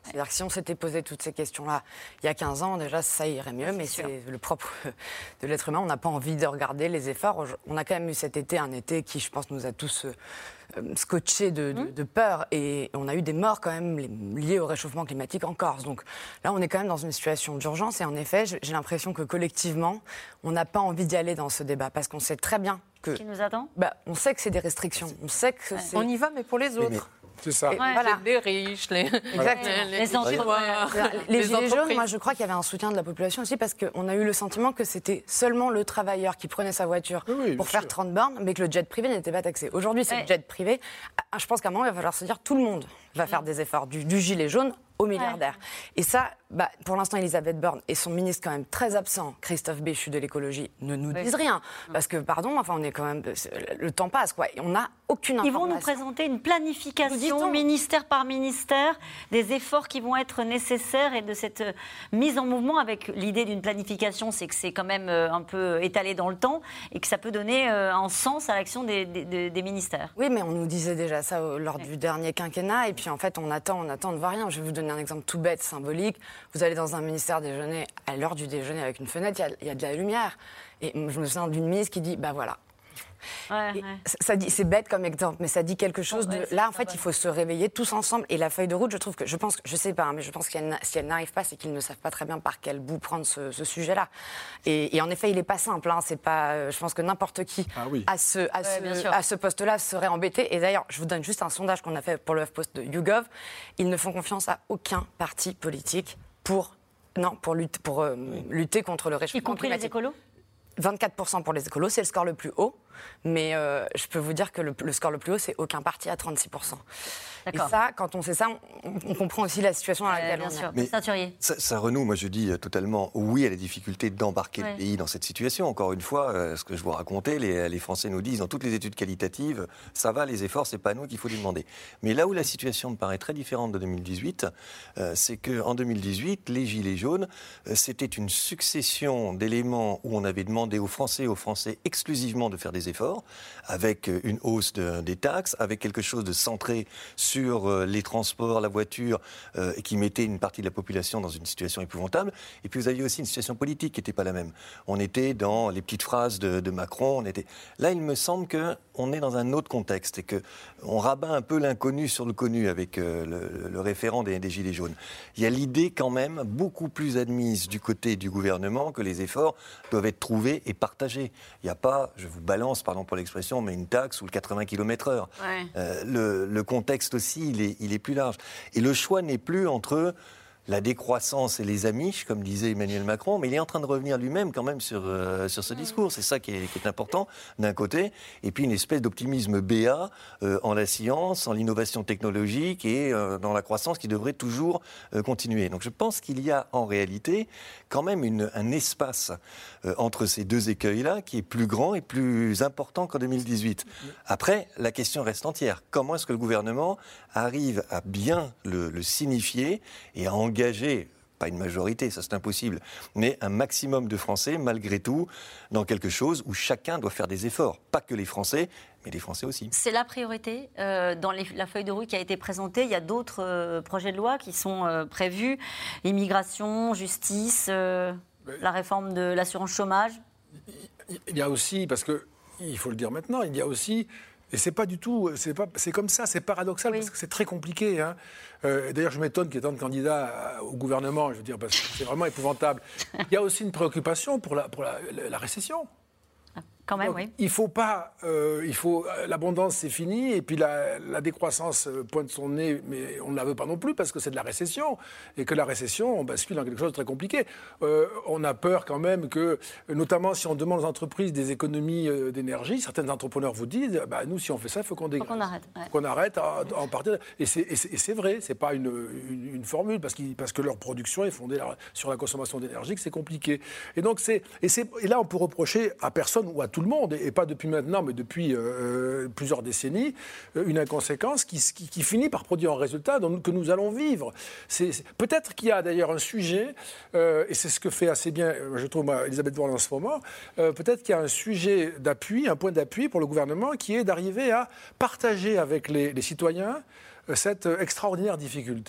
C'est-à-dire que si on s'était posé toutes ces questions-là il y a quinze ans, déjà, ça irait mieux, mais c'est, c'est le propre de l'être humain. On n'a pas envie de regarder les efforts. On a quand même eu cet été, un été qui, je pense, nous a tous euh, scotchés de, de, de peur. Et on a eu des morts quand même liées au réchauffement climatique en Corse. Donc là, on est quand même dans une situation d'urgence. Et en effet, j'ai l'impression que collectivement, on n'a pas envie d'y aller dans ce débat. Parce qu'on sait très bien que... Qui nous attend bah, on sait que c'est des restrictions. On sait que ouais. c'est... On y va, mais pour les autres. Mais, mais... C'est ça. Ouais. Voilà. Les riches, les, Exactement. les, les, les entrepreneurs. Les, les gilets jaunes, moi je crois qu'il y avait un soutien de la population aussi parce qu'on a eu le sentiment que c'était seulement le travailleur qui prenait sa voiture oui, pour faire sûr. trente bornes, mais que le jet privé n'était pas taxé. Aujourd'hui, c'est ouais. le jet privé. Je pense qu'à un moment, il va falloir se dire tout le monde va faire des efforts, du, du gilet jaune aux milliardaires. Ouais. Et ça, bah, pour l'instant, Elisabeth Borne et son ministre quand même très absent, Christophe Béchu de l'écologie, ne nous oui. disent rien. Parce que, pardon, enfin, on est quand même... Le temps passe, quoi. Et on n'a aucune information. Ils vont nous présenter une planification, ministère par ministère, des efforts qui vont être nécessaires et de cette mise en mouvement avec l'idée d'une planification, c'est que c'est quand même un peu étalé dans le temps et que ça peut donner un sens à l'action des, des, des ministères. Oui, mais on nous disait déjà ça lors oui. du dernier quinquennat. Et puis, en fait, on attend, on attend, on ne voit rien. Je vais vous donner un exemple tout bête, symbolique. Vous allez dans un ministère déjeuner, à l'heure du déjeuner, avec une fenêtre, il y, y a de la lumière. Et je me souviens d'une ministre qui dit, bah voilà. Ouais, ouais. Ça dit, c'est bête comme exemple, mais ça dit quelque chose de. Ouais, là, en fait, il faut se réveiller tous ensemble. Et la feuille de route, je trouve que, je pense, je sais pas, hein, mais je pense que si elle n'arrive pas, c'est qu'ils ne savent pas très bien par quel bout prendre ce, ce sujet-là. Et, et en effet, il est pas simple. Hein, c'est pas. Je pense que n'importe qui ah oui. à ce à ouais, ce, à ce poste-là serait embêté. Et d'ailleurs, je vous donne juste un sondage qu'on a fait pour le HuffPost de YouGov. Ils ne font confiance à aucun parti politique pour non pour lutter pour euh, oui. lutter contre le réchauffement y compris climatique. Les écolos. vingt-quatre pour cent pour les écolos, c'est le score le plus haut. Mais euh, je peux vous dire que le, le score le plus haut, c'est aucun parti à trente-six pour cent. D'accord. Et ça, quand on sait ça, on, on comprend aussi la situation dans laquelle euh, on sûr. est. Mais ça, ça renoue, moi je dis totalement oui à la difficulté d'embarquer ouais. le pays dans cette situation. Encore une fois, euh, ce que je vous racontais, les, les Français nous disent dans toutes les études qualitatives, ça va, les efforts, c'est pas à nous qu'il faut les demander. Mais là où la situation me paraît très différente de deux mille dix-huit, euh, c'est qu'en deux mille dix-huit, les Gilets jaunes, euh, c'était une succession d'éléments où on avait demandé aux Français, aux Français exclusivement de faire des efforts, avec une hausse de, des taxes, avec quelque chose de centré sur euh, les transports, la voiture, euh, et qui mettait une partie de la population dans une situation épouvantable. Et puis vous aviez aussi une situation politique qui n'était pas la même. On était dans les petites phrases de, de Macron. On était... Là, il me semble qu'on est dans un autre contexte et qu'on rabat un peu l'inconnu sur le connu avec euh, le, le référent des, des Gilets jaunes. Il y a l'idée quand même beaucoup plus admise du côté du gouvernement que les efforts doivent être trouvés et partagés. Il n'y a pas, je vous balance, pardon pour l'expression, mais une taxe ou le quatre-vingts kilomètres heure. Ouais. Euh, le, le contexte aussi, il est, il est plus large. Et le choix n'est plus entre la décroissance et les amiches, comme disait Emmanuel Macron, mais il est en train de revenir lui-même quand même sur, euh, sur ce discours. C'est ça qui est, qui est important, d'un côté. Et puis une espèce d'optimisme béat euh, en la science, en l'innovation technologique et euh, dans la croissance qui devrait toujours euh, continuer. Donc je pense qu'il y a en réalité quand même une, un espace euh, entre ces deux écueils-là qui est plus grand et plus important qu'en deux mille dix-huit. Après, la question reste entière. Comment est-ce que le gouvernement arrive à bien le, le signifier et à engager, pas une majorité, ça c'est impossible, mais un maximum de Français, malgré tout, dans quelque chose où chacun doit faire des efforts. Pas que les Français, mais les Français aussi. C'est la priorité. Euh, dans les, la feuille de route qui a été présentée, il y a d'autres euh, projets de loi qui sont euh, prévus. Immigration, justice, euh, la réforme de l'assurance chômage. Il y a aussi, parce qu'il faut le dire maintenant, il y a aussi... Et c'est pas du tout, c'est pas, c'est comme ça, c'est paradoxal oui. parce que c'est très compliqué. Hein. Euh, d'ailleurs, je m'étonne qu'il y ait tant de candidats au gouvernement, je veux dire, parce que c'est vraiment épouvantable. Il y a aussi une préoccupation pour la, pour la, la récession. Quand même, Donc, oui. Il faut pas, euh, il faut, l'abondance c'est fini et puis la, la décroissance pointe son nez, mais on ne la veut pas non plus parce que c'est de la récession et que la récession, on bascule dans quelque chose de très compliqué. Euh, on a peur quand même que, notamment si on demande aux entreprises des économies euh, d'énergie, certains entrepreneurs vous disent, bah, nous si on fait ça, il faut qu'on dégraisse. Faut qu'on arrête. Ouais. Qu'on arrête à, à en partir. Et c'est, et c'est, et c'est vrai, c'est pas une, une, une formule parce, parce que leur production est fondée là, sur la consommation d'énergie, que c'est compliqué. Et donc c'est, et c'est, et là on peut reprocher à personne ou à tout le monde, et pas depuis maintenant, mais depuis euh, plusieurs décennies, une inconséquence qui, qui, qui finit par produire un résultat dont, que nous allons vivre. C'est, c'est, peut-être qu'il y a d'ailleurs un sujet, euh, et c'est ce que fait assez bien, je trouve, Elisabeth Borne en ce moment, euh, peut-être qu'il y a un sujet d'appui, un point d'appui pour le gouvernement, qui est d'arriver à partager avec les, les citoyens cette extraordinaire difficulté.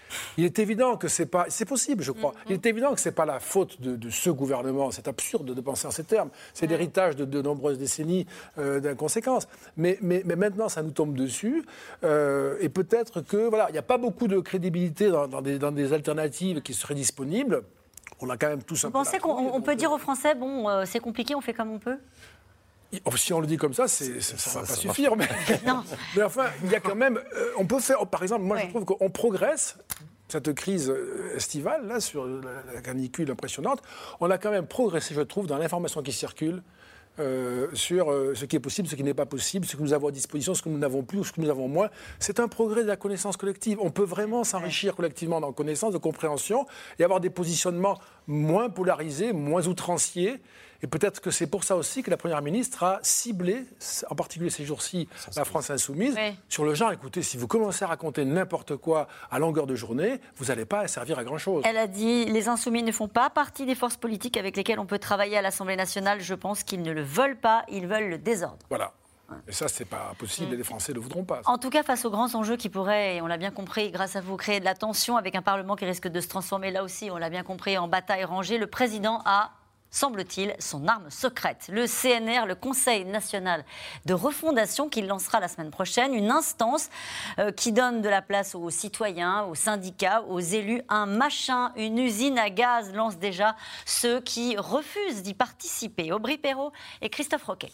Il est évident que c'est pas, c'est possible, je crois. Mm-hmm. Il est évident que c'est pas la faute de, de ce gouvernement. C'est absurde de penser en ces termes. C'est ouais. l'héritage de, de nombreuses décennies euh, d'inconséquences. Mais, mais, mais maintenant, ça nous tombe dessus. Euh, et peut-être que voilà, il n'y a pas beaucoup de crédibilité dans, dans, des, dans des alternatives qui seraient disponibles. On a quand même tous un Vous peu. Vous pensez qu'on on peut dire aux Français, bon, euh, c'est compliqué, on fait comme on peut? Si on le dit comme ça, c'est, ça ne va pas suffire. Mais, mais enfin, il y a quand même. Euh, on peut faire. Par exemple, moi, ouais. je trouve qu'on progresse. Cette crise estivale, là, sur la canicule impressionnante, on a quand même progressé, je trouve, dans l'information qui circule euh, sur euh, ce qui est possible, ce qui n'est pas possible, ce que nous avons à disposition, ce que nous n'avons plus ou ce que nous avons moins. C'est un progrès de la connaissance collective. On peut vraiment s'enrichir collectivement dans la connaissance, de compréhension, et avoir des positionnements moins polarisés, moins outranciers. Et peut-être que c'est pour ça aussi que la Première ministre a ciblé, en particulier ces jours-ci, la France insoumise, oui. sur le genre, écoutez, si vous commencez à raconter n'importe quoi à longueur de journée, vous n'allez pas servir à grand-chose. Elle a dit, les insoumis ne font pas partie des forces politiques avec lesquelles on peut travailler à l'Assemblée nationale. Je pense qu'ils ne le veulent pas, ils veulent le désordre. Voilà. Et ça, c'est pas possible, et les Français ne le voudront pas. En tout cas, face aux grands enjeux qui pourraient, et on l'a bien compris, grâce à vous, créer de la tension avec un Parlement qui risque de se transformer, là aussi, on l'a bien compris, en bataille rangée, le président a... semble-t-il, son arme secrète. Le C N R, le Conseil national de refondation, qu'il lancera la semaine prochaine, une instance euh, qui donne de la place aux citoyens, aux syndicats, aux élus. Un machin, une usine à gaz lance déjà ceux qui refusent d'y participer. Aubry Perrault et Christophe Roquet.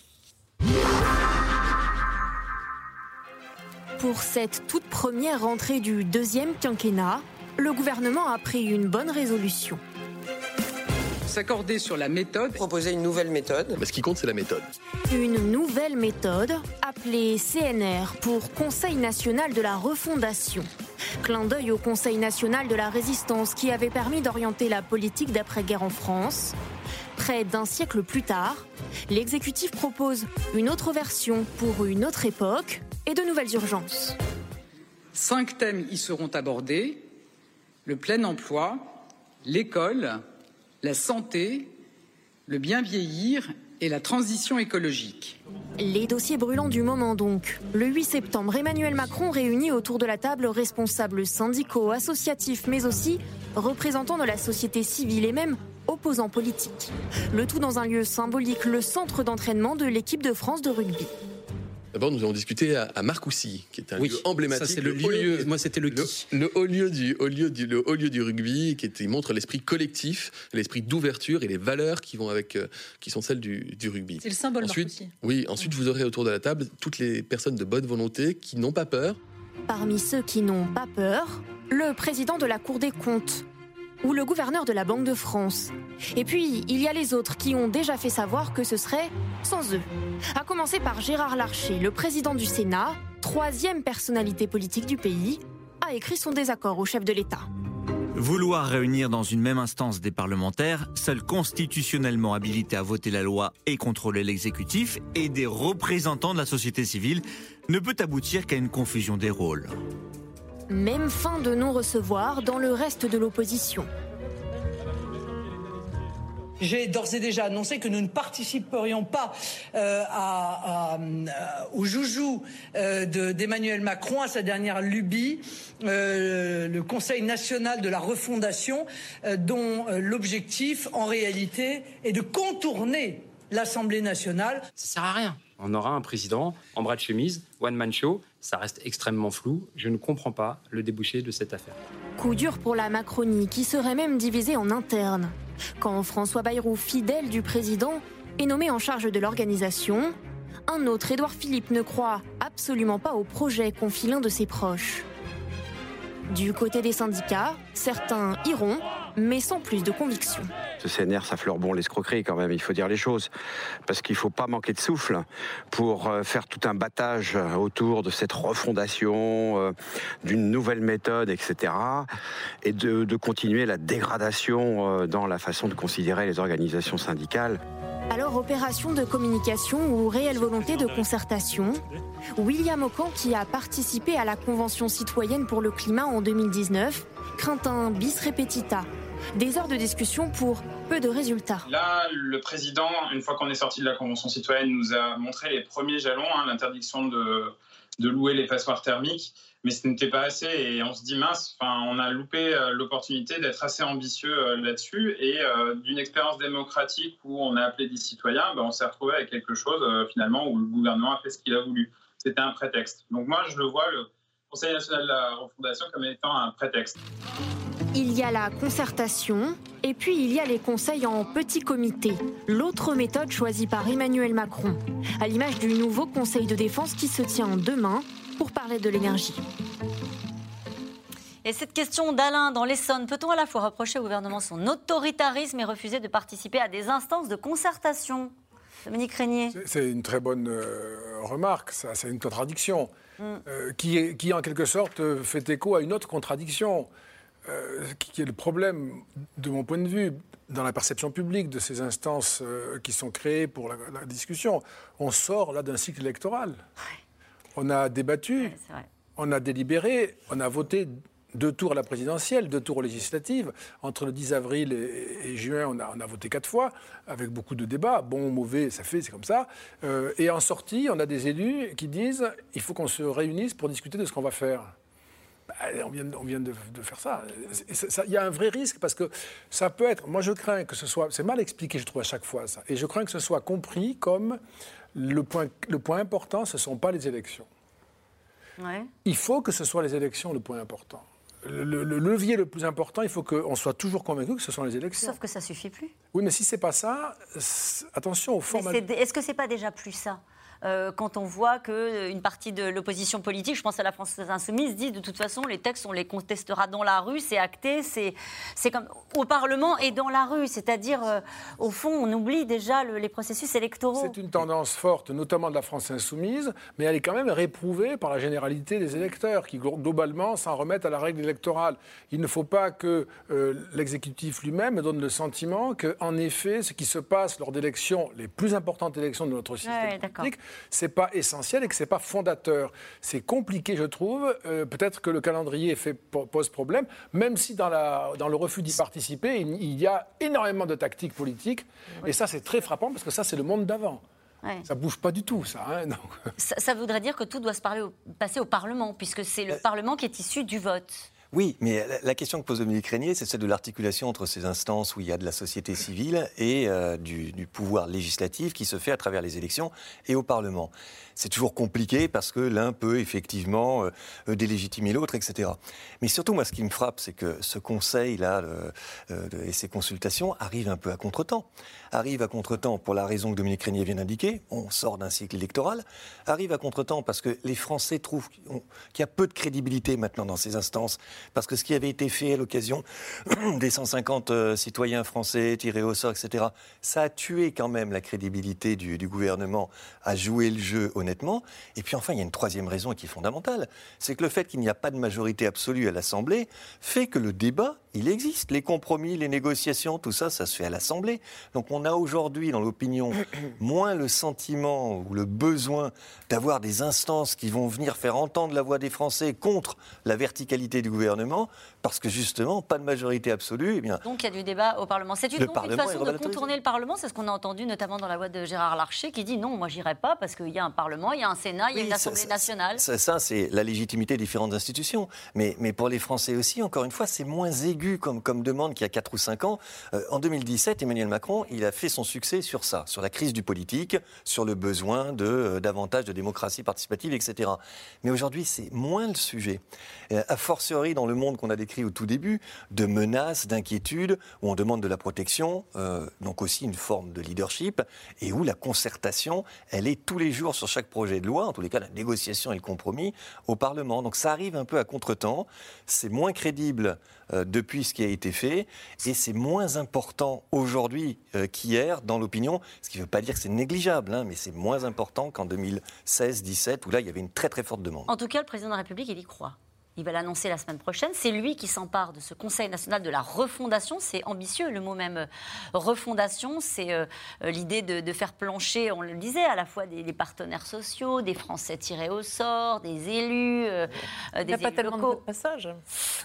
Pour cette toute première rentrée du deuxième quinquennat, le gouvernement a pris une bonne résolution. S'accorder sur la méthode. Proposer une nouvelle méthode. Mais ce qui compte, c'est la méthode. Une nouvelle méthode, appelée C N R pour Conseil national de la refondation. Clin d'œil au Conseil national de la résistance qui avait permis d'orienter la politique d'après-guerre en France. Près d'un siècle plus tard, l'exécutif propose une autre version pour une autre époque et de nouvelles urgences. Cinq thèmes y seront abordés. Le plein emploi, l'école, la santé, le bien vieillir et la transition écologique. Les dossiers brûlants du moment donc. Le huit septembre, Emmanuel Macron réunit autour de la table responsables syndicaux, associatifs, mais aussi représentants de la société civile et même opposants politiques. Le tout dans un lieu symbolique, le centre d'entraînement de l'équipe de France de rugby. D'abord, nous avons discuté à, à Marcoussis, qui est un oui, lieu emblématique. Ça, c'est le, le lieu, lieu. Moi, c'était le qui. Le, le haut lieu du, haut lieu du, le haut lieu du rugby, qui était, montre l'esprit collectif, l'esprit d'ouverture et les valeurs qui vont avec, euh, qui sont celles du, du rugby. C'est le symbole ensuite, Marcoussis. Oui. Ensuite, vous aurez autour de la table toutes les personnes de bonne volonté qui n'ont pas peur. Parmi ceux qui n'ont pas peur, le président de la Cour des comptes ou le gouverneur de la Banque de France. Et puis, il y a les autres qui ont déjà fait savoir que ce serait sans eux. À commencer par Gérard Larcher, le président du Sénat, troisième personnalité politique du pays, a écrit son désaccord au chef de l'État. Vouloir réunir dans une même instance des parlementaires, seuls constitutionnellement habilités à voter la loi et contrôler l'exécutif, et des représentants de la société civile, ne peut aboutir qu'à une confusion des rôles. Même fin de non-recevoir dans le reste de l'opposition. J'ai d'ores et déjà annoncé que nous ne participerions pas euh, à, à, à, au joujou euh, de, d'Emmanuel Macron, à sa dernière lubie, euh, le Conseil national de la refondation, euh, dont euh, l'objectif, en réalité, est de contourner l'Assemblée nationale. Ça sert à rien. On aura un président en bras de chemise, one-man show, ça reste extrêmement flou. Je ne comprends pas le débouché de cette affaire. Coup dur pour la Macronie, qui serait même divisée en interne. Quand François Bayrou, fidèle du président, est nommé en charge de l'organisation, un autre, Édouard Philippe, ne croit absolument pas au projet, confie l'un de ses proches. Du côté des syndicats, certains iront, mais sans plus de conviction. Ce C N R, ça fleure bon l'escroquerie quand même, il faut dire les choses. Parce qu'il ne faut pas manquer de souffle pour faire tout un battage autour de cette refondation, euh, d'une nouvelle méthode, et cetera. Et de, de continuer la dégradation euh, dans la façon de considérer les organisations syndicales. Alors, opération de communication ou réelle volonté de concertation, William Aucan, qui a participé à la Convention citoyenne pour le climat en deux mille dix-neuf, craint un bis repetita, Des heures de discussion pour peu de résultats. Là, le président, une fois qu'on est sorti de la Convention citoyenne, nous a montré les premiers jalons, hein, l'interdiction de, de louer les passoires thermiques. Mais ce n'était pas assez et on se dit mince, on a loupé l'opportunité d'être assez ambitieux là-dessus et euh, d'une expérience démocratique où on a appelé des citoyens, ben, on s'est retrouvé avec quelque chose euh, finalement où le gouvernement a fait ce qu'il a voulu. C'était un prétexte. Donc moi je le vois, le Conseil national de la refondation, comme étant un prétexte. Il y a la concertation et puis il y a les conseils en petit comité. L'autre méthode choisie par Emmanuel Macron, à l'image du nouveau Conseil de défense qui se tient demain pour parler de l'énergie. Et cette question d'Alain dans l'Essonne, peut-on à la fois reprocher au gouvernement son autoritarisme et refuser de participer à des instances de concertation ? Dominique Régnier. C'est, c'est une très bonne euh, remarque, ça, c'est une contradiction mm. euh, qui, est, qui en quelque sorte fait écho à une autre contradiction, euh, qui est le problème, de mon point de vue, dans la perception publique de ces instances euh, qui sont créées pour la, la discussion. On sort là d'un cycle électoral. Ouais. On a débattu, ouais, on a délibéré, on a voté deux tours à la présidentielle, deux tours aux législatives. Entre le dix avril et, et juin, on a, on a voté quatre fois, avec beaucoup de débats. Bon, mauvais, ça fait, c'est comme ça. Euh, et en sortie, on a des élus qui disent il faut qu'on se réunisse pour discuter de ce qu'on va faire. Bah, on vient, on vient de, de faire ça. Il y a un vrai risque parce que ça peut être... Moi, je crains que ce soit... C'est mal expliqué, je trouve, à chaque fois, ça. Et je crains que ce soit compris comme... Le point, le point important, ce ne sont pas les élections. Ouais. Il faut que ce soit les élections le point important. Le, le, le levier le plus important, il faut qu'on soit toujours convaincu que ce sont les élections. Sauf que ça ne suffit plus. Oui, mais si ce n'est pas ça, attention aux formalités. Est-ce que ce n'est pas déjà plus ça ? Euh, quand on voit qu'une partie de l'opposition politique, je pense à la France Insoumise, dit de toute façon les textes on les contestera dans la rue, c'est acté, c'est, c'est comme au Parlement et dans la rue, c'est-à-dire euh, au fond on oublie déjà le, les processus électoraux. C'est une tendance forte, notamment de la France Insoumise, mais elle est quand même réprouvée par la généralité des électeurs qui globalement s'en remettent à la règle électorale. Il ne faut pas que euh, l'exécutif lui-même donne le sentiment qu'en effet ce qui se passe lors d'élections, les plus importantes élections de notre système ouais, politique, c'est pas essentiel et que c'est pas fondateur. C'est compliqué, je trouve. Euh, peut-être que le calendrier fait, pose problème, même si dans, la, dans le refus d'y participer, il, il y a énormément de tactiques politiques. Oui. Et ça, c'est très frappant parce que ça, c'est le monde d'avant. Ouais. Ça ne bouge pas du tout, ça, hein, donc. ça. Ça voudrait dire que tout doit se parler au, passer au Parlement, puisque c'est le euh... Parlement qui est issu du vote. Oui, mais la question que pose Dominique Régnier, c'est celle de l'articulation entre ces instances où il y a de la société civile et euh, du, du pouvoir législatif qui se fait à travers les élections et au Parlement. C'est toujours compliqué parce que l'un peut effectivement euh, délégitimer l'autre, et cetera. Mais surtout, moi, ce qui me frappe, c'est que ce conseil-là euh, euh, et ces consultations arrivent un peu à contre-temps. Arrivent à contre-temps pour la raison que Dominique Régnier vient d'indiquer, on sort d'un cycle électoral. Arrivent à contre-temps parce que les Français trouvent qu'il y a peu de crédibilité maintenant dans ces instances. Parce que ce qui avait été fait à l'occasion des cent cinquante euh, citoyens français tirés au sort, et cetera, ça a tué quand même la crédibilité du, du gouvernement à jouer le jeu honnêtement. Et puis enfin, il y a une troisième raison qui est fondamentale. C'est que le fait qu'il n'y a pas de majorité absolue à l'Assemblée fait que le débat, il existe. Les compromis, les négociations, tout ça, ça se fait à l'Assemblée. Donc on a aujourd'hui dans l'opinion moins le sentiment ou le besoin d'avoir des instances qui vont venir faire entendre la voix des Français contre la verticalité du gouvernement, parce que justement, pas de majorité absolue. Eh bien, donc il y a du débat au Parlement. C'est une, donc, une façon de contourner le Parlement, c'est ce qu'on a entendu notamment dans la voix de Gérard Larcher, qui dit non, moi j'irai pas, parce qu'il y a un Parlement, il y a un Sénat, il y a oui, une Assemblée ça, nationale. Ça, ça, c'est la légitimité des différentes institutions. Mais, mais pour les Français aussi, encore une fois, c'est moins aigu comme, comme demande qu'il y a quatre ou cinq ans. Euh, en deux mille dix-sept, Emmanuel Macron, il a fait son succès sur ça, sur la crise du politique, sur le besoin de euh, davantage de démocratie participative, et cetera. Mais aujourd'hui, c'est moins le sujet. Euh, a fortiori dans le monde qu'on a décrit au tout début, de menaces, d'inquiétudes, où on demande de la protection, euh, donc aussi une forme de leadership, et où la concertation, elle est tous les jours sur chaque projet de loi, en tous les cas la négociation et le compromis, au Parlement. Donc ça arrive un peu à contre-temps, c'est moins crédible euh, depuis ce qui a été fait, et c'est moins important aujourd'hui euh, qu'hier dans l'opinion, ce qui ne veut pas dire que c'est négligeable, hein, mais c'est moins important qu'en deux mille seize dix-sept, où là il y avait une très très forte demande. En tout cas, le président de la République, il y croit. Il va l'annoncer la semaine prochaine. C'est lui qui s'empare de ce Conseil national de la refondation. C'est ambitieux, le mot même euh, refondation. C'est euh, l'idée de, de faire plancher, on le disait, à la fois des, des partenaires sociaux, des Français tirés au sort, des élus, euh, il des n'a pas élus tellement de locaux. voix de passage. Comment ?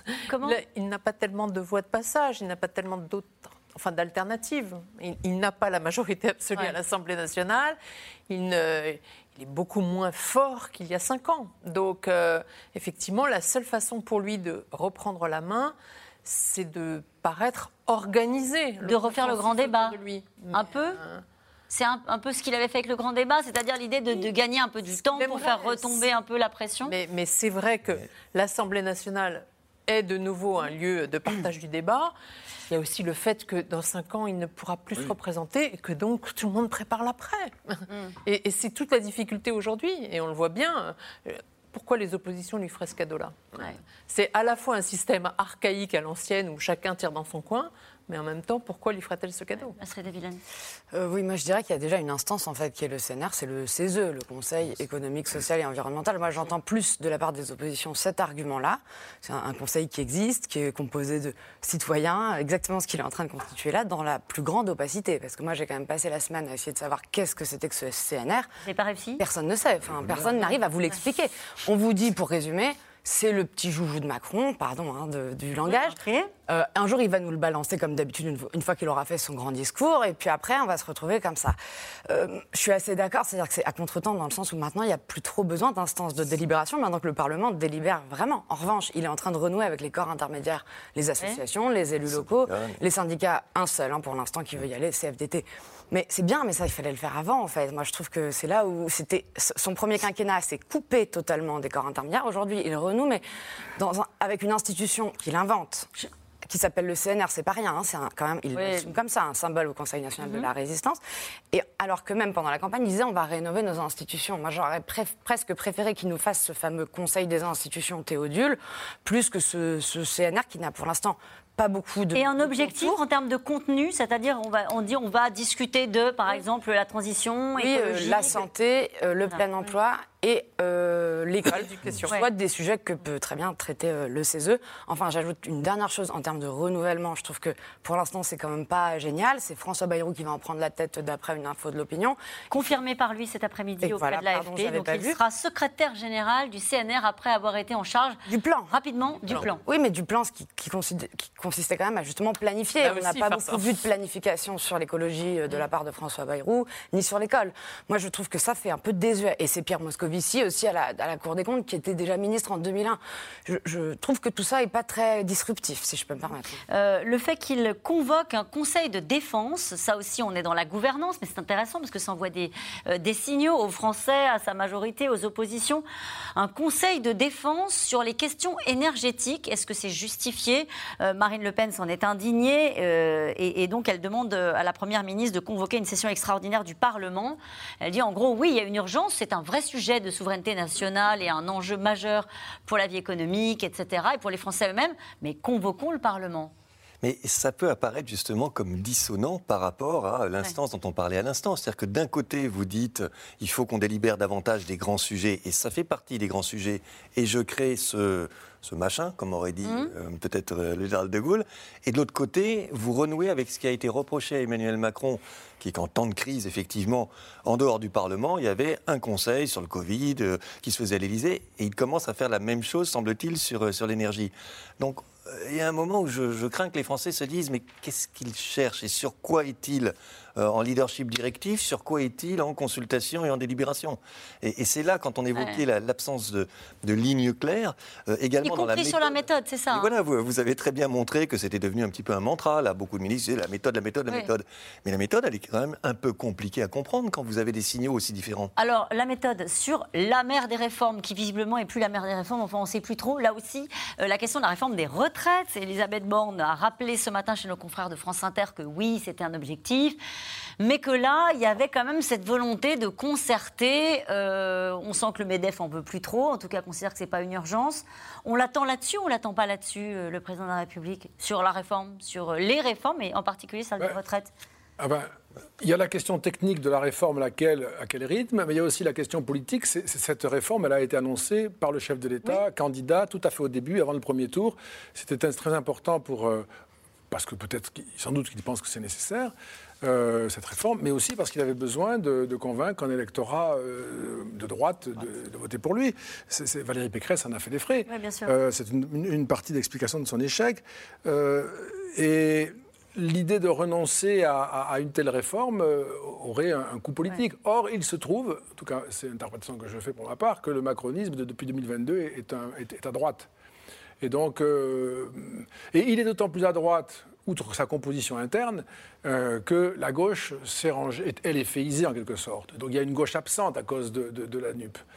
Il, il n'a pas tellement de voix de passage. Il n'a pas tellement d'autres, enfin d'alternatives. Il, il n'a pas la majorité absolue Ouais. à l'Assemblée nationale. Il ne... Il est beaucoup moins fort qu'il y a cinq ans. Donc, euh, effectivement, la seule façon pour lui de reprendre la main, c'est de paraître organisé. De refaire le grand débat. De lui. Un peu euh, C'est un, un peu ce qu'il avait fait avec le grand débat, c'est-à-dire l'idée de, de gagner un peu du temps pour faire retomber un peu la pression. Mais, mais c'est vrai que l'Assemblée nationale est de nouveau un lieu de partage du débat. Il y a aussi le fait que dans cinq ans, il ne pourra plus oui. se représenter et que donc tout le monde prépare l'après. Mm. Et, et c'est toute la difficulté aujourd'hui. Et on le voit bien. Pourquoi les oppositions lui feraient ce cadeau-là ? Ouais. C'est à la fois un système archaïque à l'ancienne où chacun tire dans son coin, mais en même temps, pourquoi lui ferait-elle ce cadeau ? Astrid de Villene. Euh, oui, moi je dirais qu'il y a déjà une instance en fait qui est le C N R, c'est le C E S E, le Conseil économique, social et environnemental. Moi j'entends plus de la part des oppositions cet argument-là. C'est un, un conseil qui existe, qui est composé de citoyens, exactement ce qu'il est en train de constituer là, dans la plus grande opacité. Parce que moi j'ai quand même passé la semaine à essayer de savoir qu'est-ce que c'était que ce C N R. Vous n'avez pas réussi ? Personne ne sait, enfin, personne n'arrive à vous l'expliquer. On vous dit, pour résumer, c'est le petit joujou de Macron, pardon, hein, de, du langage. Euh, un jour, il va nous le balancer comme d'habitude, une, une fois qu'il aura fait son grand discours, et puis après, on va se retrouver comme ça. Euh, je suis assez d'accord, c'est-à-dire que c'est à contre-temps dans le sens où maintenant, il n'y a plus trop besoin d'instances de délibération, maintenant que le Parlement délibère vraiment. En revanche, il est en train de renouer avec les corps intermédiaires, les associations, ouais. les élus locaux, les syndicats, un seul, hein, pour l'instant, qui veut y aller, C F D T. Mais c'est bien, mais ça, il fallait le faire avant, en fait. Moi, je trouve que c'est là où c'était... Son premier quinquennat s'est coupé totalement des corps intermédiaires. Aujourd'hui, il renoue, mais dans un... avec une institution qu'il invente, qui s'appelle le C N R, c'est pas rien, hein, c'est un, quand même, il oui. assume comme ça, un symbole au Conseil national mm-hmm. de la résistance. Et alors que même pendant la campagne, il disait on va rénover nos institutions. Moi, j'aurais pré- presque préféré qu'il nous fasse ce fameux Conseil des institutions Théodule, plus que ce, ce C N R qui n'a pour l'instant pas beaucoup de... Et un objectif en termes de contenu, c'est-à-dire on, va, on dit on va discuter de, par exemple, la transition oui, écologique. Euh, la santé, euh, le plein emploi et euh, l'école, soit ouais. des sujets que peut très bien traiter euh, le C E S E. Enfin, j'ajoute une dernière chose en termes de renouvellement. Je trouve que pour l'instant, c'est quand même pas génial. C'est François Bayrou qui va en prendre la tête d'après une info de l'opinion. Confirmé par lui cet après-midi et auprès voilà, de l'A F P. pardon, Donc pas il vu. sera secrétaire général du C N R après avoir été en charge du plan. Rapidement, du plan. plan. Oui, mais du plan qui, qui, consiste, qui consistait quand même à justement planifier. Là On n'a pas beaucoup ça. vu de planification sur l'écologie de la part de François Bayrou, ni sur l'école. Moi, je trouve que ça fait un peu désuet. Et c'est Pierre Moscovici aussi à la, à la Cour des comptes, qui était déjà ministre en deux mille un. Je, je trouve que tout ça n'est pas très disruptif, si je peux me permettre. Euh, le fait qu'il convoque un conseil de défense, ça aussi, on est dans la gouvernance, mais c'est intéressant parce que ça envoie des, euh, des signaux aux Français, à sa majorité, aux oppositions. Un conseil de défense sur les questions énergétiques, est-ce que c'est justifié ? euh, Marine Le Pen s'en est indignée euh, et, et donc elle demande à la Première ministre de convoquer une session extraordinaire du Parlement. Elle dit en gros, oui, il y a une urgence, c'est un vrai sujet de souveraineté nationale et un enjeu majeur pour la vie économique, et cetera, et pour les Français eux-mêmes, mais convoquons le Parlement. Mais ça peut apparaître justement comme dissonant par rapport à l'instance ouais. dont on parlait à l'instant. C'est-à-dire que d'un côté, vous dites il faut qu'on délibère davantage des grands sujets, et ça fait partie des grands sujets, et je crée ce, ce machin, comme aurait dit mmh. euh, peut-être euh, le général de Gaulle. Et de l'autre côté, vous renouez avec ce qui a été reproché à Emmanuel Macron, qui est qu'en temps de crise, effectivement, en dehors du Parlement, il y avait un conseil sur le Covid euh, qui se faisait à l'Élysée, et il commence à faire la même chose, semble-t-il, sur, euh, sur l'énergie. Donc, il y a un moment où je, je crains que les Français se disent mais qu'est-ce qu'ils cherchent et sur quoi est-il euh, en leadership directif, sur quoi est-il en consultation et en délibération. Et, et c'est là, quand on évoquait ouais. la, l'absence de, de ligne claire, euh, également dans la méthode. Y compris sur la méthode, c'est ça. Hein. Voilà, vous, vous avez très bien montré que c'était devenu un petit peu un mantra. Là, beaucoup de ministres disaient la méthode, la méthode, la oui. méthode. Mais la méthode, elle est quand même un peu compliquée à comprendre quand vous avez des signaux aussi différents. Alors, la méthode sur la mère des réformes, qui visiblement n'est plus la mère des réformes, enfin on ne sait plus trop. Là aussi, euh, la question de la réforme des retraites. Elisabeth Borne a rappelé ce matin chez nos confrères de France Inter que oui, c'était un objectif, mais que là, il y avait quand même cette volonté de concerter. Euh, on sent que le MEDEF en veut plus trop, en tout cas considère que ce n'est pas une urgence. On l'attend là-dessus ou on ne l'attend pas là-dessus, euh, le président de la République, sur la réforme, sur les réformes, et en particulier celle des ouais. retraites? Ah ben, il y a la question technique de la réforme, à, laquelle, à quel rythme, mais il y a aussi la question politique. C'est, c'est cette réforme, elle a été annoncée par le chef de l'État, oui. candidat, tout à fait au début, avant le premier tour. C'était très important pour... Euh, parce que peut-être, sans doute qu'il pense que c'est nécessaire, euh, cette réforme, mais aussi parce qu'il avait besoin de, de convaincre un électorat euh, de droite de, de voter pour lui. C'est, c'est, Valérie Pécresse en a fait des frais. Oui, bien sûr. Euh, c'est une, une, une partie d'explication de son échec. Euh, et... L'idée de renoncer à, à, à une telle réforme euh, aurait un, un coût politique. Ouais. Or, il se trouve, en tout cas c'est l'interprétation que je fais pour ma part, que le macronisme de, depuis deux mille vingt-deux est, un, est, est à droite. Et donc, euh, et il est d'autant plus à droite, outre sa composition interne, euh, que la gauche s'est rangée, elle est féisée en quelque sorte. Donc il y a une gauche absente à cause de, de, de la N U P.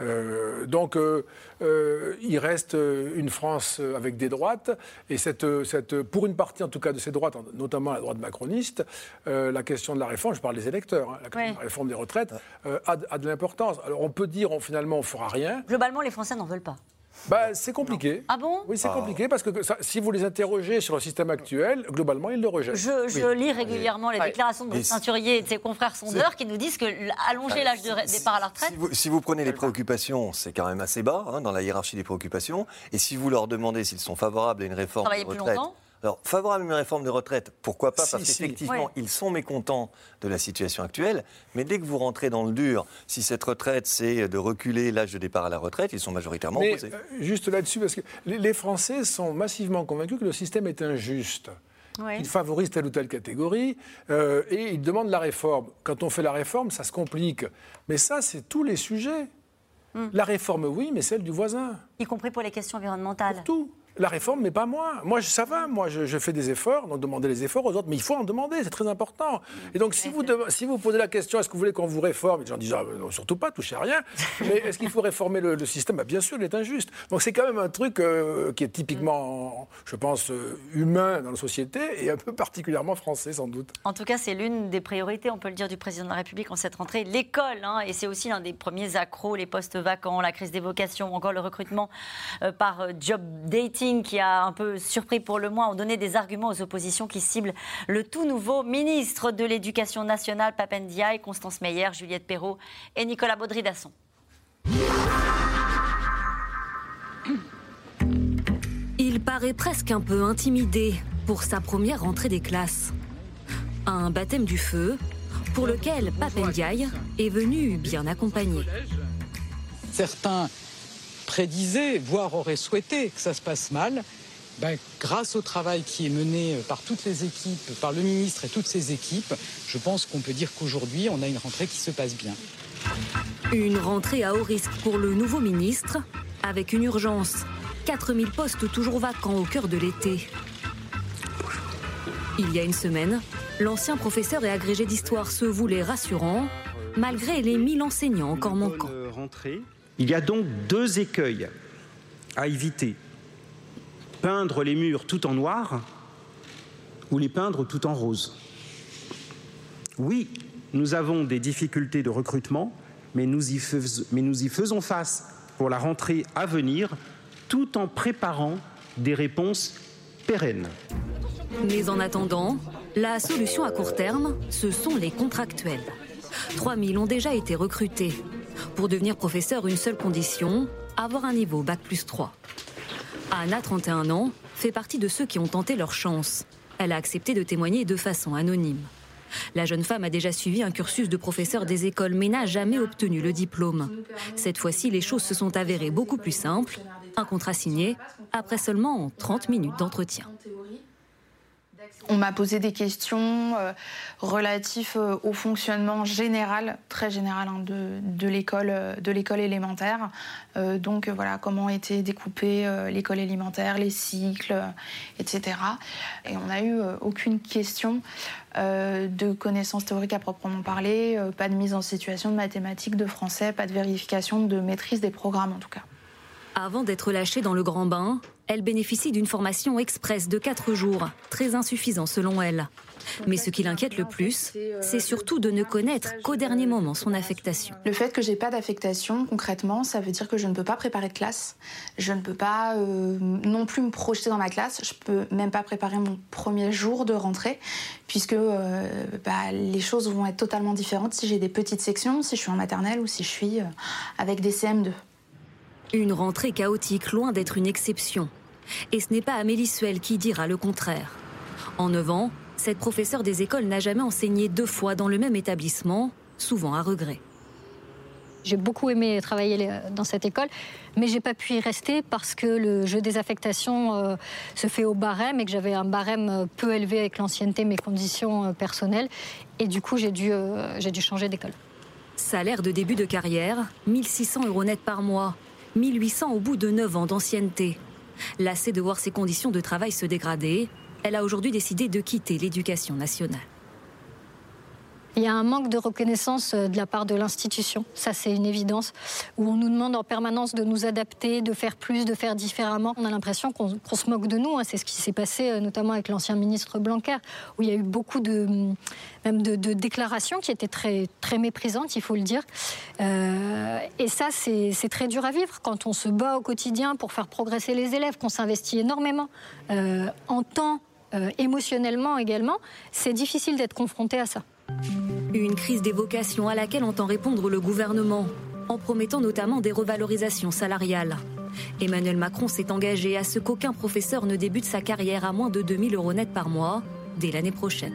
Euh, donc euh, euh, il reste une France avec des droites, et cette, cette, pour une partie en tout cas de ces droites, notamment la droite macroniste, euh, la question de la réforme, je parle des électeurs, hein, la, question oui. de la réforme des retraites, euh, a, a de l'importance. Alors on peut dire on, finalement on ne fera rien. Globalement les Français n'en veulent pas. Bah, c'est compliqué. Ah bon ? Oui, c'est ah. compliqué parce que ça, si vous les interrogez sur le système actuel, globalement, ils le rejettent. Je, je oui. lis régulièrement les déclarations de Brice Teinturier et de ses confrères sondeurs qui nous disent que allonger l'âge de si, départ à la retraite... Si vous, si vous prenez les préoccupations, c'est quand même assez bas hein, dans la hiérarchie des préoccupations. Et si vous leur demandez s'ils sont favorables à une réforme Travailler de retraite... plus longtemps ? Alors, favorable à une réforme de retraite, pourquoi pas ? Si, Parce si. qu'effectivement, ouais. ils sont mécontents de la situation actuelle. Mais dès que vous rentrez dans le dur, si cette retraite, c'est de reculer l'âge de départ à la retraite, ils sont majoritairement mais, opposés. Euh, juste là-dessus, parce que les Français sont massivement convaincus que le système est injuste. Ouais. Ils favorisent telle ou telle catégorie euh, et ils demandent la réforme. Quand on fait la réforme, ça se complique. Mais ça, c'est tous les sujets. Hum. La réforme, oui, mais celle du voisin. Y compris pour les questions environnementales. Pour tout. La réforme, mais pas moi. Moi, ça va, moi, je, je fais des efforts, donc demandez les efforts aux autres, mais il faut en demander, c'est très important. Et donc, si vous, de, si vous posez la question, est-ce que vous voulez qu'on vous réforme ? Les gens disent, ah, non, surtout pas, touchez à rien. Mais est-ce qu'il faut réformer le, le système ? bah, bien sûr, il est injuste. Donc, c'est quand même un truc euh, qui est typiquement, je pense, euh, humain dans la société et un peu particulièrement français, sans doute. En tout cas, c'est l'une des priorités, on peut le dire, du président de la République en cette rentrée, l'école. Hein, et c'est aussi l'un des premiers accros, les postes vacants, la crise des vocations, encore le recrutement euh, par euh, job dating qui a un peu surpris pour le moins, ont donné des arguments aux oppositions qui ciblent le tout nouveau ministre de l'Éducation nationale, Pape Ndiaye, Constance Meyer, Juliette Perrault et Nicolas Baudry-Dasson. Il paraît presque un peu intimidé pour sa première rentrée des classes. Un baptême du feu pour lequel Pape Ndiaye est venu bien accompagné. Certains prédisaient, voire auraient souhaité que ça se passe mal. Ben, grâce au travail qui est mené par toutes les équipes, par le ministre et toutes ses équipes, je pense qu'on peut dire qu'aujourd'hui, on a une rentrée qui se passe bien. Une rentrée à haut risque pour le nouveau ministre, avec une urgence. quatre mille postes toujours vacants au cœur de l'été. Il y a une semaine, l'ancien professeur et agrégé d'histoire se voulait rassurant, malgré les mille enseignants encore manquants. Il y a donc deux écueils à éviter. Peindre les murs tout en noir ou les peindre tout en rose. Oui, nous avons des difficultés de recrutement, mais nous y, fais, mais nous y faisons face pour la rentrée à venir, tout en préparant des réponses pérennes. Mais en attendant, la solution à court terme, ce sont les contractuels. trois mille ont déjà été recrutés. Pour devenir professeur, une seule condition, avoir un niveau bac plus trois. Anna, trente et un ans, fait partie de ceux qui ont tenté leur chance. Elle a accepté de témoigner de façon anonyme. La jeune femme a déjà suivi un cursus de professeur des écoles, mais n'a jamais obtenu le diplôme. Cette fois-ci, les choses se sont avérées beaucoup plus simples. Un contrat signé après seulement trente minutes d'entretien. On m'a posé des questions euh, relatives euh, au fonctionnement général, très général hein, de, de l'école euh, de l'école élémentaire. Euh, donc euh, voilà, comment était découpée euh, l'école élémentaire, les cycles, euh, et cetera. Et on n'a eu euh, aucune question euh, de connaissances théoriques à proprement parler, euh, pas de mise en situation de mathématiques, de français, pas de vérification de maîtrise des programmes en tout cas. Avant d'être lâchée dans le grand bain, Elle bénéficie d'une formation express de quatre jours, très insuffisant selon elle. Mais ce qui l'inquiète le plus, c'est surtout de ne connaître qu'au dernier moment son affectation. Le fait que j'ai pas d'affectation, concrètement, ça veut dire que je ne peux pas préparer de classe. Je ne peux pas euh, non plus me projeter dans ma classe. Je peux même pas préparer mon premier jour de rentrée, puisque euh, bah, les choses vont être totalement différentes si j'ai des petites sections, si je suis en maternelle ou si je suis euh, avec des C M deux. Une rentrée chaotique, loin d'être une exception. Et ce n'est pas Amélie Suel qui dira le contraire. En neuf ans, cette professeure des écoles n'a jamais enseigné deux fois dans le même établissement, souvent à regret. J'ai beaucoup aimé travailler dans cette école, mais j'ai pas pu y rester parce que le jeu des affectations euh, se fait au barème et que j'avais un barème peu élevé avec l'ancienneté, mes conditions euh, personnelles. Et du coup, j'ai dû, euh, j'ai dû changer d'école. Salaire de début de carrière, mille six cents euros net par mois, mille huit cents au bout de neuf ans d'ancienneté. Lassée de voir ses conditions de travail se dégrader, elle a aujourd'hui décidé de quitter l'éducation nationale. Il y a un manque de reconnaissance de la part de l'institution, ça c'est une évidence, où on nous demande en permanence de nous adapter, de faire plus, de faire différemment. On a l'impression qu'on qu'on se moque de nous, hein. C'est ce qui s'est passé notamment avec l'ancien ministre Blanquer, où il y a eu beaucoup de, même de, de déclarations qui étaient très, très méprisantes, il faut le dire. Euh, et ça c'est très dur à vivre quand on se bat au quotidien pour faire progresser les élèves, qu'on s'investit énormément euh, en temps, euh, émotionnellement également. C'est difficile d'être confronté à ça. Une crise des vocations à laquelle entend répondre le gouvernement, en promettant notamment des revalorisations salariales. Emmanuel Macron s'est engagé à ce qu'aucun professeur ne débute sa carrière à moins de deux mille euros net par mois dès l'année prochaine.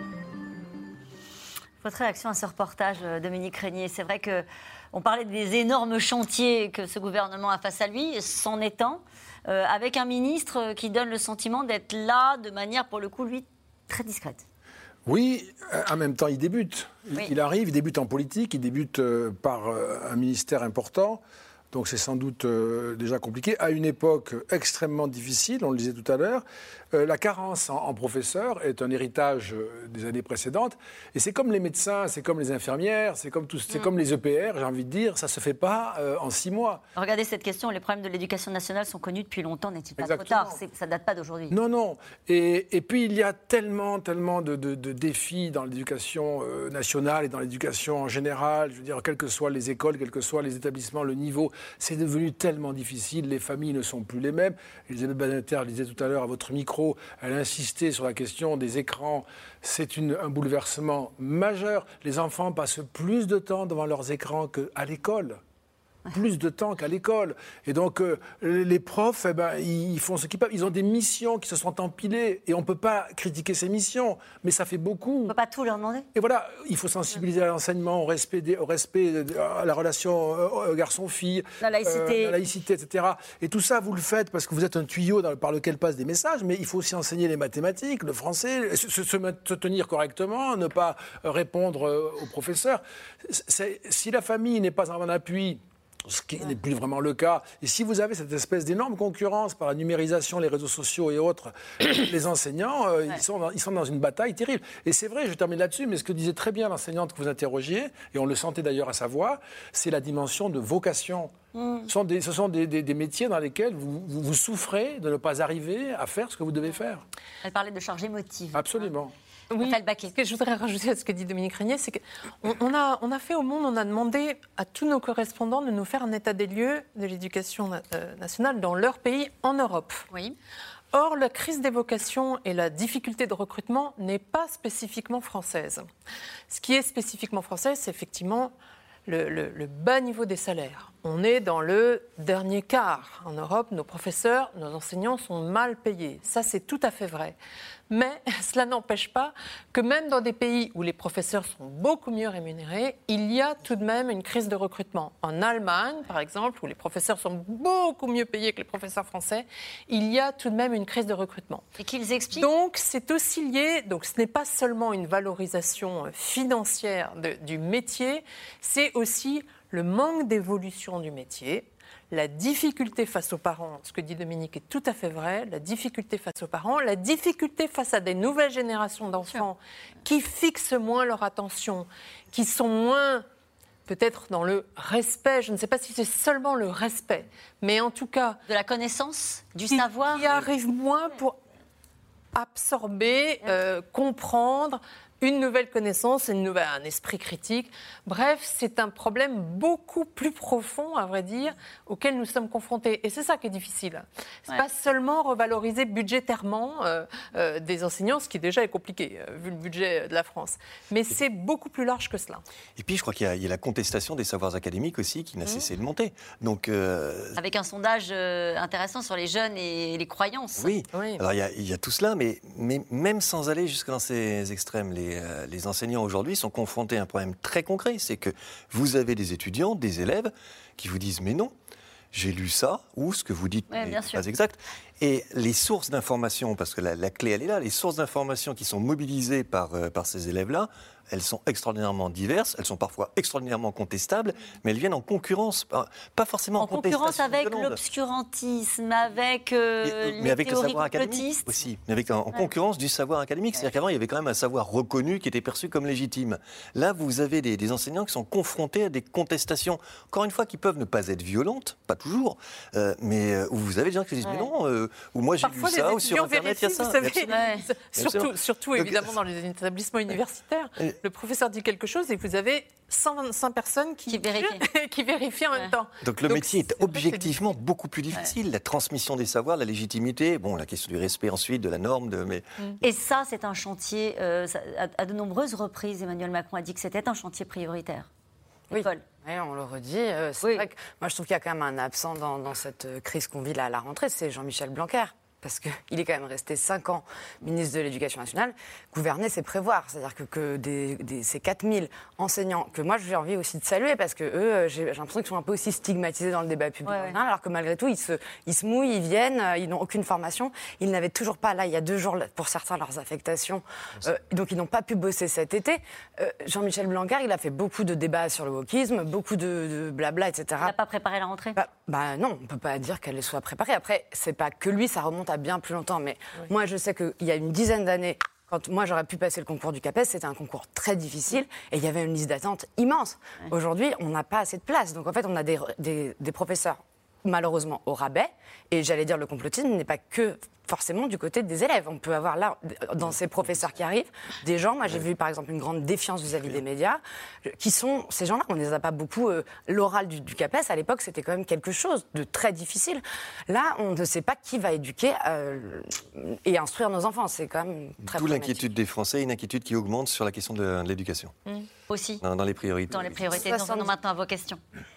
Votre réaction à ce reportage, Dominique Régnier, c'est vrai qu'on parlait des énormes chantiers que ce gouvernement a face à lui, c'en est un, euh, avec un ministre qui donne le sentiment d'être là de manière, pour le coup, lui, très discrète. Oui, en même temps, il débute. Oui. Il arrive, il débute en politique, il débute euh, par euh, un ministère important. Donc c'est sans doute euh, déjà compliqué. À une époque extrêmement difficile, on le disait tout à l'heure, euh, la carence en, en professeurs est un héritage euh, des années précédentes. Et c'est comme les médecins, c'est comme les infirmières, c'est comme, c'est mm. comme les E P R, j'ai envie de dire, ça ne se fait pas euh, en six mois. Regardez cette question, les problèmes de l'éducation nationale sont connus depuis longtemps, n'est-il pas Exactement. trop tard? Ça ne date pas d'aujourd'hui. Non, non. Et, et puis il y a tellement, tellement de, de, de défis dans l'éducation euh, nationale et dans l'éducation en général. Je veux dire, quelles que soient les écoles, quels que soient les établissements, le niveau, c'est devenu tellement difficile. Les familles ne sont plus les mêmes. Elisabeth Badinter le disait tout à l'heure à votre micro, elle a insisté sur la question des écrans. C'est une, un bouleversement majeur. Les enfants passent plus de temps devant leurs écrans qu'à l'école. Plus de temps qu'à l'école. Et donc, euh, les profs, eh ben, ils font ce qu'ils peuvent. Ils ont des missions qui se sont empilées. Et on ne peut pas critiquer ces missions. Mais ça fait beaucoup. On ne peut pas tout leur demander. Et voilà, il faut sensibiliser à l'enseignement, au respect, des, au respect de, à la relation euh, garçon-fille. La laïcité. Euh, la laïcité, et cetera. Et tout ça, vous le faites parce que vous êtes un tuyau dans, par lequel passent des messages. Mais il faut aussi enseigner les mathématiques, le français, se, se, se tenir correctement, ne pas répondre euh, aux professeurs. C'est, si la famille n'est pas en appui, ce qui n'est plus vraiment le cas. Et si vous avez cette espèce d'énorme concurrence par la numérisation, les réseaux sociaux et autres, les enseignants, euh, ouais. ils, sont dans, ils sont dans une bataille terrible. Et c'est vrai, je termine là-dessus, mais ce que disait très bien l'enseignante que vous interrogiez, et on le sentait d'ailleurs à sa voix, c'est la dimension de vocation. Mmh. Ce sont, des, ce sont des, des, des métiers dans lesquels vous, vous, vous souffrez de ne pas arriver à faire ce que vous devez faire. Elle parlait de charge émotive. Absolument. Oui, ce que je voudrais rajouter à ce que dit Dominique Régnier, c'est qu'on on a, on a fait au Monde, on a demandé à tous nos correspondants de nous faire un état des lieux de l'éducation euh, nationale dans leur pays, en Europe. Oui. Or, la crise des vocations et la difficulté de recrutement n'est pas spécifiquement française. Ce qui est spécifiquement français, c'est effectivement le, le, le bas niveau des salaires. On est dans le dernier quart. En Europe, nos professeurs, nos enseignants sont mal payés. Ça, c'est tout à fait vrai. Mais cela n'empêche pas que même dans des pays où les professeurs sont beaucoup mieux rémunérés, il y a tout de même une crise de recrutement. En Allemagne, par exemple, où les professeurs sont beaucoup mieux payés que les professeurs français, il y a tout de même une crise de recrutement. Et qu'ils expliquent. Donc, c'est aussi lié, donc ce n'est pas seulement une valorisation financière de, du métier, c'est aussi le manque d'évolution du métier, la difficulté face aux parents, ce que dit Dominique est tout à fait vrai, la difficulté face aux parents, la difficulté face à des nouvelles générations d'enfants qui fixent moins leur attention, qui sont moins peut-être dans le respect. Je ne sais pas si c'est seulement le respect, mais en tout cas... De la connaissance, du qui, savoir. Qui arrive moins pour absorber, euh, comprendre une nouvelle connaissance, une nouvelle, un esprit critique. Bref, c'est un problème beaucoup plus profond, à vrai dire, auquel nous sommes confrontés. Et c'est ça qui est difficile. Ce n'est ouais. pas seulement revaloriser budgétairement euh, euh, des enseignants, ce qui déjà est compliqué, euh, vu le budget de la France. Mais c'est beaucoup plus large que cela. Et puis, je crois qu'il y a, il y a la contestation des savoirs académiques aussi, qui n'a mmh. cessé de monter. Donc, euh... Avec un sondage euh, intéressant sur les jeunes et les croyances. Oui, oui. Alors il y, a, il y a tout cela, mais, mais même sans aller jusque dans ces extrêmes, les Les enseignants aujourd'hui sont confrontés à un problème très concret, c'est que vous avez des étudiants, des élèves qui vous disent « mais non, j'ai lu ça » ou ce que vous dites ouais, n'est pas exact. Et les sources d'information, parce que la, la clé elle est là, les sources d'information qui sont mobilisées par, euh, par ces élèves-là, elles sont extraordinairement diverses, elles sont parfois extraordinairement contestables, mais elles viennent en concurrence, pas forcément en, en concurrence avec violente. L'obscurantisme, avec euh, mais, les mais avec théories le savoir complotistes. Académique aussi, mais avec, en, en ouais. concurrence du savoir académique. Ouais. C'est-à-dire qu'avant, il y avait quand même un savoir reconnu qui était perçu comme légitime. Là, vous avez des, des enseignants qui sont confrontés à des contestations, encore une fois, qui peuvent ne pas être violentes, pas toujours, euh, mais euh, où vous avez des gens qui disent ouais. mais non, euh, ou moi j'ai Parfois, lu ça, ou sur Internet, il y a ça. Vous savez, ouais. surtout, surtout évidemment dans les établissements universitaires. Le professeur dit quelque chose et vous avez cent vingt-cinq personnes qui, qui, vérifient. qui vérifient en ouais. même temps. Donc le Donc, métier est, est objectivement beaucoup plus difficile. Ouais. La transmission des savoirs, la légitimité, bon, la question du respect ensuite, de la norme. De, mais... Et ça, c'est un chantier, euh, ça, à, à de nombreuses reprises, Emmanuel Macron a dit que c'était un chantier prioritaire. Oui. Oui, on le redit. Euh, c'est oui. vrai que moi, je trouve qu'il y a quand même un absent dans, dans cette crise qu'on vit là à la rentrée, c'est Jean-Michel Blanquer. Parce qu'il est quand même resté cinq ans ministre de l'Éducation nationale. Gouverner, c'est prévoir. C'est-à-dire que, que des, des, ces quatre mille enseignants, que moi j'ai envie aussi de saluer, parce que eux, j'ai, j'ai l'impression qu'ils sont un peu aussi stigmatisés dans le débat public, ouais, ouais. alors que malgré tout, ils se, ils se mouillent, ils viennent, ils n'ont aucune formation. Ils n'avaient toujours pas, là, il y a deux jours, pour certains, leurs affectations. Euh, donc ils n'ont pas pu bosser cet été. Euh, Jean-Michel Blanquer, il a fait beaucoup de débats sur le wokisme, beaucoup de, de blabla, et cetera. Il n'a pas préparé la rentrée bah, bah non, on ne peut pas dire qu'elle soit préparée. Après, c'est pas que lui, ça remonte à bien plus longtemps, mais oui. moi je sais qu'il y a une dizaine d'années, quand moi j'aurais pu passer le concours du CAPES, c'était un concours très difficile et il y avait une liste d'attente immense. Oui. Aujourd'hui, on n'a pas assez de place, donc en fait on a des, des, des professeurs malheureusement au rabais, et j'allais dire le complotisme n'est pas que forcément du côté des élèves. On peut avoir là, dans ces professeurs qui arrivent, des gens, moi j'ai vu par exemple une grande défiance vis-à-vis des médias, qui sont, ces gens-là, on ne les a pas beaucoup, euh, l'oral du, du CAPES, à l'époque c'était quand même quelque chose de très difficile. Là, on ne sait pas qui va éduquer euh, et instruire nos enfants, c'est quand même très D'où l'inquiétude des Français, une inquiétude qui augmente sur la question de, de l'éducation. Mmh. Aussi. Dans, dans les priorités. Dans les priorités, nous allons maintenant à vos questions.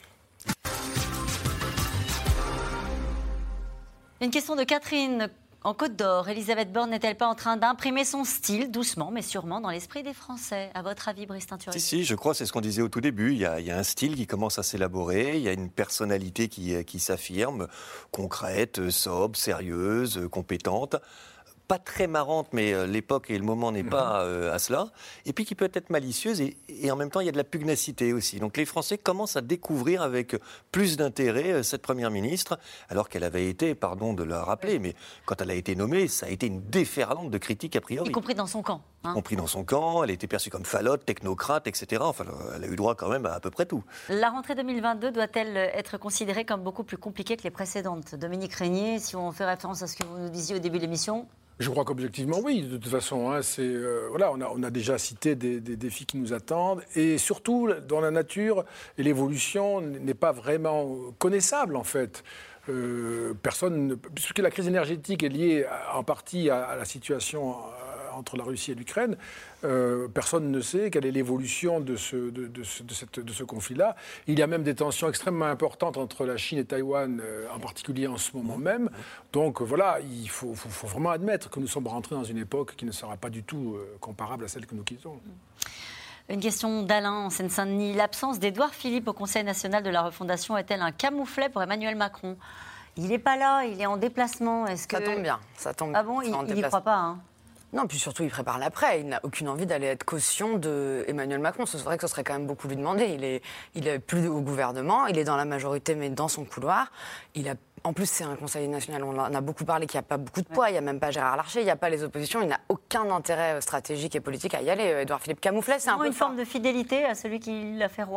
Une question de Catherine. En Côte d'Or, Elisabeth Borne n'est-elle pas en train d'imprimer son style, doucement mais sûrement, dans l'esprit des Français? À votre avis, Brice Teinturier? Si, si, je crois, c'est ce qu'on disait au tout début. Il y a, il y a un style qui commence à s'élaborer, il y a une personnalité qui, qui s'affirme, concrète, sobre, sérieuse, compétente. Pas très marrante, mais l'époque et le moment n'est pas euh, à cela. Et puis qui peut être malicieuse et, et en même temps il y a de la pugnacité aussi. Donc les Français commencent à découvrir avec plus d'intérêt cette première ministre, alors qu'elle avait été, pardon de la rappeler, mais quand elle a été nommée, ça a été une déferlante de critiques a priori. Y compris dans son camp. Hein. Y compris dans son camp, elle a été perçue comme falote, technocrate, et cetera. Enfin, elle a eu droit quand même à à peu près tout. La rentrée deux mille vingt-deux doit-elle être considérée comme beaucoup plus compliquée que les précédentes? Dominique Régnier, si on fait référence à ce que vous nous disiez au début de l'émission. Je crois qu'objectivement, oui. De toute façon, hein, c'est, euh, voilà, on a, on a déjà cité des, des défis qui nous attendent. Et surtout, dans la nature, et l'évolution n'est pas vraiment connaissable, en fait. Euh, personne ne, puisque la crise énergétique est liée à, en partie à, à la situation euh, entre la Russie et l'Ukraine, euh, personne ne sait quelle est l'évolution de ce, de, de ce, de cette, de ce conflit-là. Il y a même des tensions extrêmement importantes entre la Chine et Taïwan, euh, en particulier en ce moment même. Donc voilà, il faut, faut, faut vraiment admettre que nous sommes rentrés dans une époque qui ne sera pas du tout euh, comparable à celle que nous quittons. Une question d'Alain en Seine-Saint-Denis. L'absence d'Édouard Philippe au Conseil national de la refondation est-elle un camouflet pour Emmanuel Macron? Il n'est pas là, il est en déplacement. Est-ce que... Ça tombe bien, ça tombe bien. Ah bon, il n'y croit pas, hein? Non, puis surtout, il prépare l'après. Il n'a aucune envie d'aller être caution d'Emmanuel Macron. C'est vrai que ce serait quand même beaucoup lui demander. Il est, il est plus au gouvernement, il est dans la majorité, mais dans son couloir. Il a, en plus, c'est un Conseil national, on en a beaucoup parlé, qu'il n'y a pas beaucoup de poids. Il n'y a même pas Gérard Larcher, il n'y a pas les oppositions. Il n'a aucun intérêt stratégique et politique à y aller. Édouard Philippe camouflet, c'est un peu une forme de fidélité à celui qui l'a fait roi?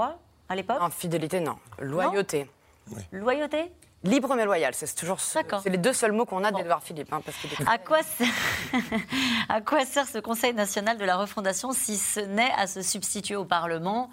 à l'époque? Non, fidélité, non. Loyauté. Non oui. Loyauté? Libre mais loyal, c'est toujours c'est les deux seuls mots qu'on a bon. d'Édouard Philippe. Hein, parce qu'il est... à, quoi sert... à quoi sert ce Conseil national de la refondation si ce n'est à se substituer au Parlement?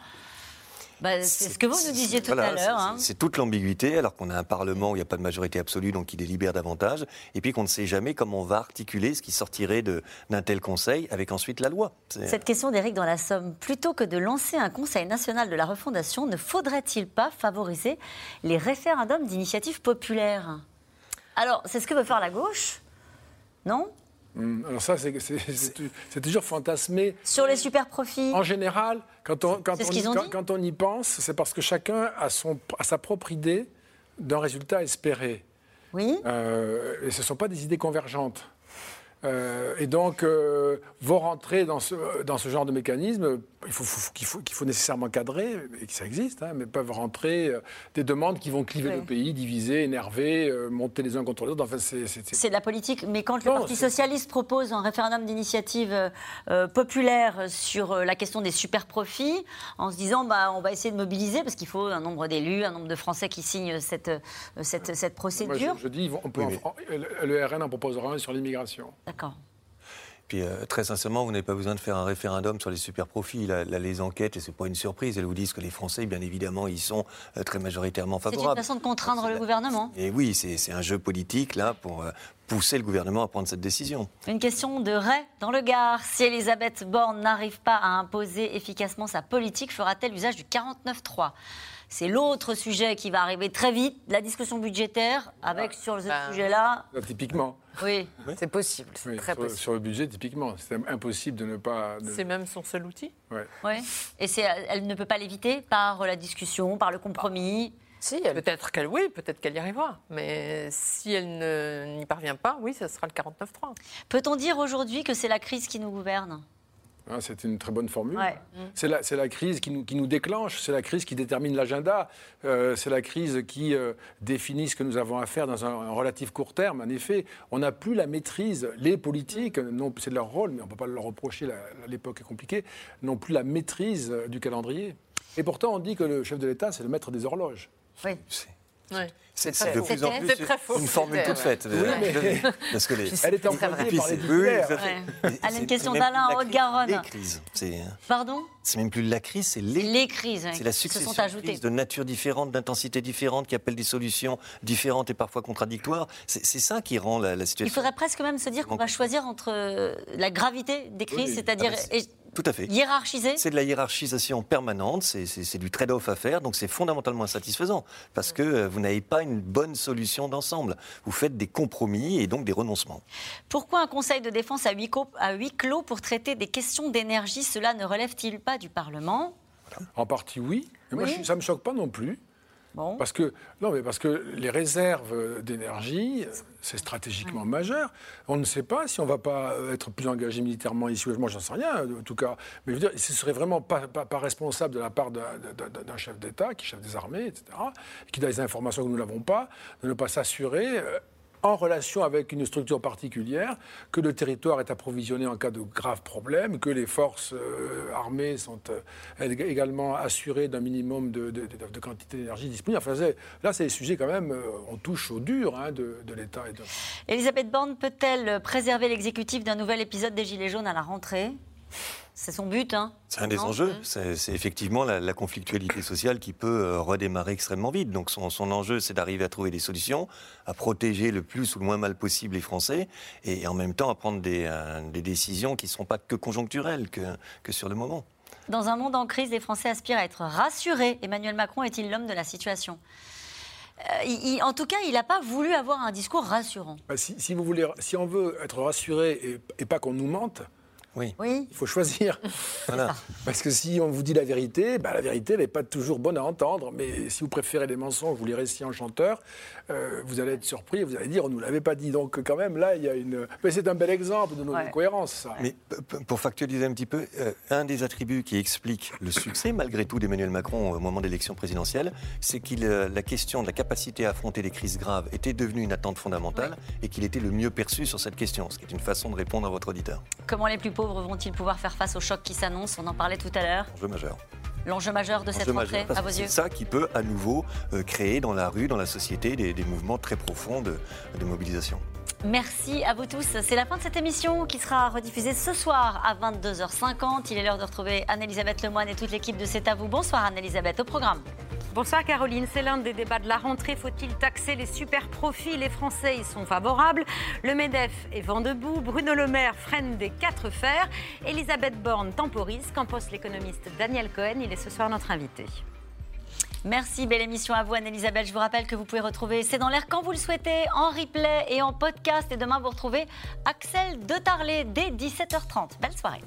Bah, c'est ce que vous nous disiez tout voilà, à l'heure. C'est, hein. c'est toute l'ambiguïté, alors qu'on a un Parlement où il n'y a pas de majorité absolue, donc qui délibère davantage, et puis qu'on ne sait jamais comment on va articuler ce qui sortirait de, d'un tel Conseil avec ensuite la loi. C'est... Cette question d'Éric dans la Somme, plutôt que de lancer un Conseil national de la refondation, ne faudrait-il pas favoriser les référendums d'initiative populaire? Alors, c'est ce que veut faire la gauche, non? Alors ça, c'est, c'est, c'est, c'est toujours fantasmé. Sur les super profits. En général, quand on, quand, c'est on, ce y, quand, quand on y pense, c'est parce que chacun a, son, a sa propre idée d'un résultat espéré. Oui. Euh, et ce ne sont pas des idées convergentes. Euh, et donc, euh, vont rentrer dans ce, dans ce genre de mécanisme, il faut, faut, qu'il, faut, qu'il faut nécessairement cadrer, et que ça existe, hein, mais peuvent rentrer euh, des demandes qui vont cliver oui. le pays, diviser, énerver, euh, monter les uns contre les autres. Enfin, c'est, c'est, c'est... c'est de la politique, mais quand le non, Parti c'est... socialiste propose un référendum d'initiative euh, populaire sur la question des super-profits, en se disant bah, on va essayer de mobiliser, parce qu'il faut un nombre d'élus, un nombre de Français qui signent cette, cette, cette procédure. Moi, je, je dis, on peut oui, en, oui. le R N en proposera un sur l'immigration. D'accord. Puis euh, très sincèrement, vous n'avez pas besoin de faire un référendum sur les super-profits. Là, là, les enquêtes, et ce n'est pas une surprise, elles vous disent que les Français, bien évidemment, ils sont euh, très majoritairement favorables. C'est une façon de contraindre c'est le la... gouvernement. Et oui, c'est, c'est un jeu politique, là, pour euh, pousser le gouvernement à prendre cette décision. Une question de Ray, dans le Gard. Si Elisabeth Borne n'arrive pas à imposer efficacement sa politique, fera-t-elle usage du quarante-neuf trois ? C'est l'autre sujet qui va arriver très vite, la discussion budgétaire, avec ah, sur ce ben, sujet-là... Là, typiquement. Oui, oui. C'est possible, c'est oui, très sur, possible. Sur le budget, typiquement, c'est impossible de ne pas... De... C'est même son seul outil. Oui. Ouais. Et c'est, elle ne peut pas l'éviter par la discussion, par le compromis. Si, elle... peut-être qu'elle, oui, peut-être qu'elle y arrivera. Mais si elle ne, n'y parvient pas, oui, ce sera le quarante-neuf trois. Peut-on dire aujourd'hui que c'est la crise qui nous gouverne ? Ah, c'est une très bonne formule. Ouais. C'est, la, c'est la crise qui nous, qui nous déclenche, c'est la crise qui détermine l'agenda, euh, c'est la crise qui euh, définit ce que nous avons à faire dans un, un relatif court terme. En effet, on n'a plus la maîtrise, les politiques, non, c'est de leur rôle, mais on ne peut pas leur reprocher, la, l'époque est compliquée, n'ont plus la maîtrise du calendrier. Et pourtant, on dit que le chef de l'État, c'est le maître des horloges. Oui. C'est... Oui. C'est, c'est de plus en plus c'est très faux. Une formule toute faite. Oui, mais... Parce que les... Elle est employée par les titulaires. Oui, ouais. Elle a une question d'Alain en Haute-Garonne. Les crises. C'est... Pardon ? C'est même plus la crise, c'est les, les crises. C'est la succession de crises de nature différente, d'intensité différente, qui appellent des solutions différentes et parfois contradictoires. C'est, c'est ça qui rend la, la situation... Il faudrait presque même se dire qu'on va choisir entre la gravité des crises, oui, c'est-à-dire... Ah ben, tout à fait. Hiérarchiser. C'est de la hiérarchisation permanente, c'est, c'est, c'est du trade-off à faire, donc c'est fondamentalement insatisfaisant, parce que euh, vous n'avez pas une bonne solution d'ensemble. Vous faites des compromis et donc des renoncements. Pourquoi un conseil de défense à huis clos, à huis clos pour traiter des questions d'énergie ? Cela ne relève-t-il pas du Parlement ? En partie, oui. Mais oui. Moi, je, ça ne me choque pas non plus. Bon. Parce que, non, mais parce que les réserves d'énergie, c'est stratégiquement mmh. majeur. On ne sait pas si on ne va pas être plus engagé militairement ici. Moi, j'en sais rien, en tout cas. Mais je veux dire, ce serait vraiment pas, pas, pas responsable de la part d'un, d'un, d'un chef d'État, qui est chef des armées, et cetera, qui a des informations que nous n'avons pas, de ne pas s'assurer... Euh, en relation avec une structure particulière, que le territoire est approvisionné en cas de graves problèmes, que les forces euh, armées sont euh, également assurées d'un minimum de, de, de, de quantité d'énergie disponible. Enfin, c'est, là, c'est des sujets quand même, euh, on touche au dur hein, de, de l'État. Et de... Elisabeth Borne peut-elle préserver l'exécutif d'un nouvel épisode des Gilets jaunes à la rentrée ? C'est son but, hein ? C'est un des non enjeux. C'est, c'est effectivement la, la conflictualité sociale qui peut euh, redémarrer extrêmement vite. Donc son, son enjeu, c'est d'arriver à trouver des solutions, à protéger le plus ou le moins mal possible les Français, et, et en même temps à prendre des, euh, des décisions qui ne seront pas que conjoncturelles, que, que sur le moment. Dans un monde en crise, les Français aspirent à être rassurés. Emmanuel Macron est-il l'homme de la situation ? Euh, il, en tout cas, il n'a pas voulu avoir un discours rassurant. Bah, si, si, vous voulez, si on veut être rassuré et, et pas qu'on nous mente, Oui. oui. Il faut choisir. Voilà. Parce que si on vous dit la vérité, bah, la vérité elle n'est pas toujours bonne à entendre. Mais si vous préférez les mensonges, vous les récits en chanteur, euh, vous allez être surpris et vous allez dire on ne nous l'avait pas dit. Donc quand même, là, il y a une... Mais c'est un bel exemple de notre ouais. cohérence, ça. Mais p- pour factualiser un petit peu, euh, un des attributs qui explique le succès, malgré tout, d'Emmanuel Macron au moment de l'élection présidentielle, c'est que euh, la question de la capacité à affronter des crises graves était devenue une attente fondamentale ouais. et qu'il était le mieux perçu sur cette question, ce qui est une façon de répondre à votre auditeur. Comment les plus pauvres vont-ils pouvoir faire face au choc qui s'annonce ? On en parlait tout à l'heure. Enjeu majeur. l'enjeu majeur de cette rentrée, à vos yeux? C'est ça qui peut à nouveau euh, créer dans la rue, dans la société, des, des mouvements très profonds de, de mobilisation. Merci à vous tous. C'est la fin de cette émission qui sera rediffusée ce soir à vingt-deux heures cinquante. Il est l'heure de retrouver Anne-Elisabeth Lemoine et toute l'équipe de C'est à vous. Bonsoir Anne-Elisabeth, au programme. Bonsoir Caroline, c'est l'un des débats de la rentrée. Faut-il taxer les super profits? Les Français y sont favorables. Le MEDEF est vent debout. Bruno Le Maire freine des quatre fers. Elisabeth Borne temporise. Qu'en pense l'économiste Daniel Cohen? Il est ce soir notre invité. Merci, belle émission à vous Anne-Elisabeth. Je vous rappelle que vous pouvez retrouver C'est dans l'air quand vous le souhaitez, en replay et en podcast. Et demain, vous retrouvez Axel de Tarlet dès dix-sept heures trente. Belle soirée.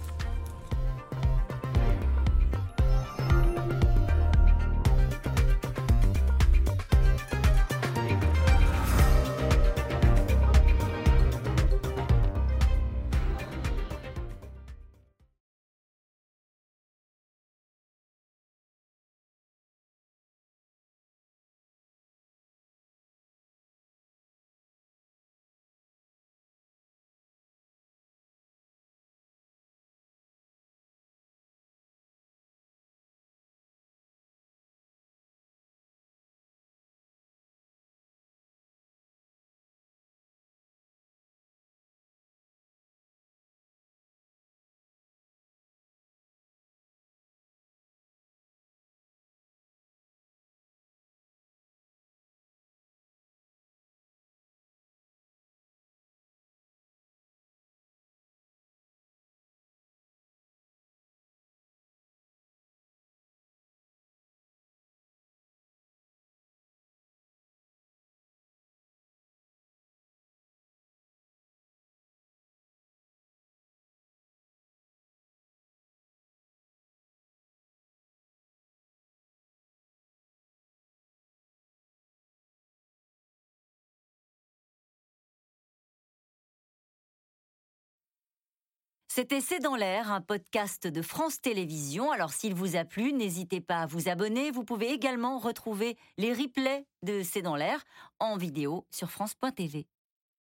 C'était C'est dans l'air, un podcast de France Télévisions. Alors s'il vous a plu, n'hésitez pas à vous abonner. Vous pouvez également retrouver les replays de C'est dans l'air en vidéo sur France point T V.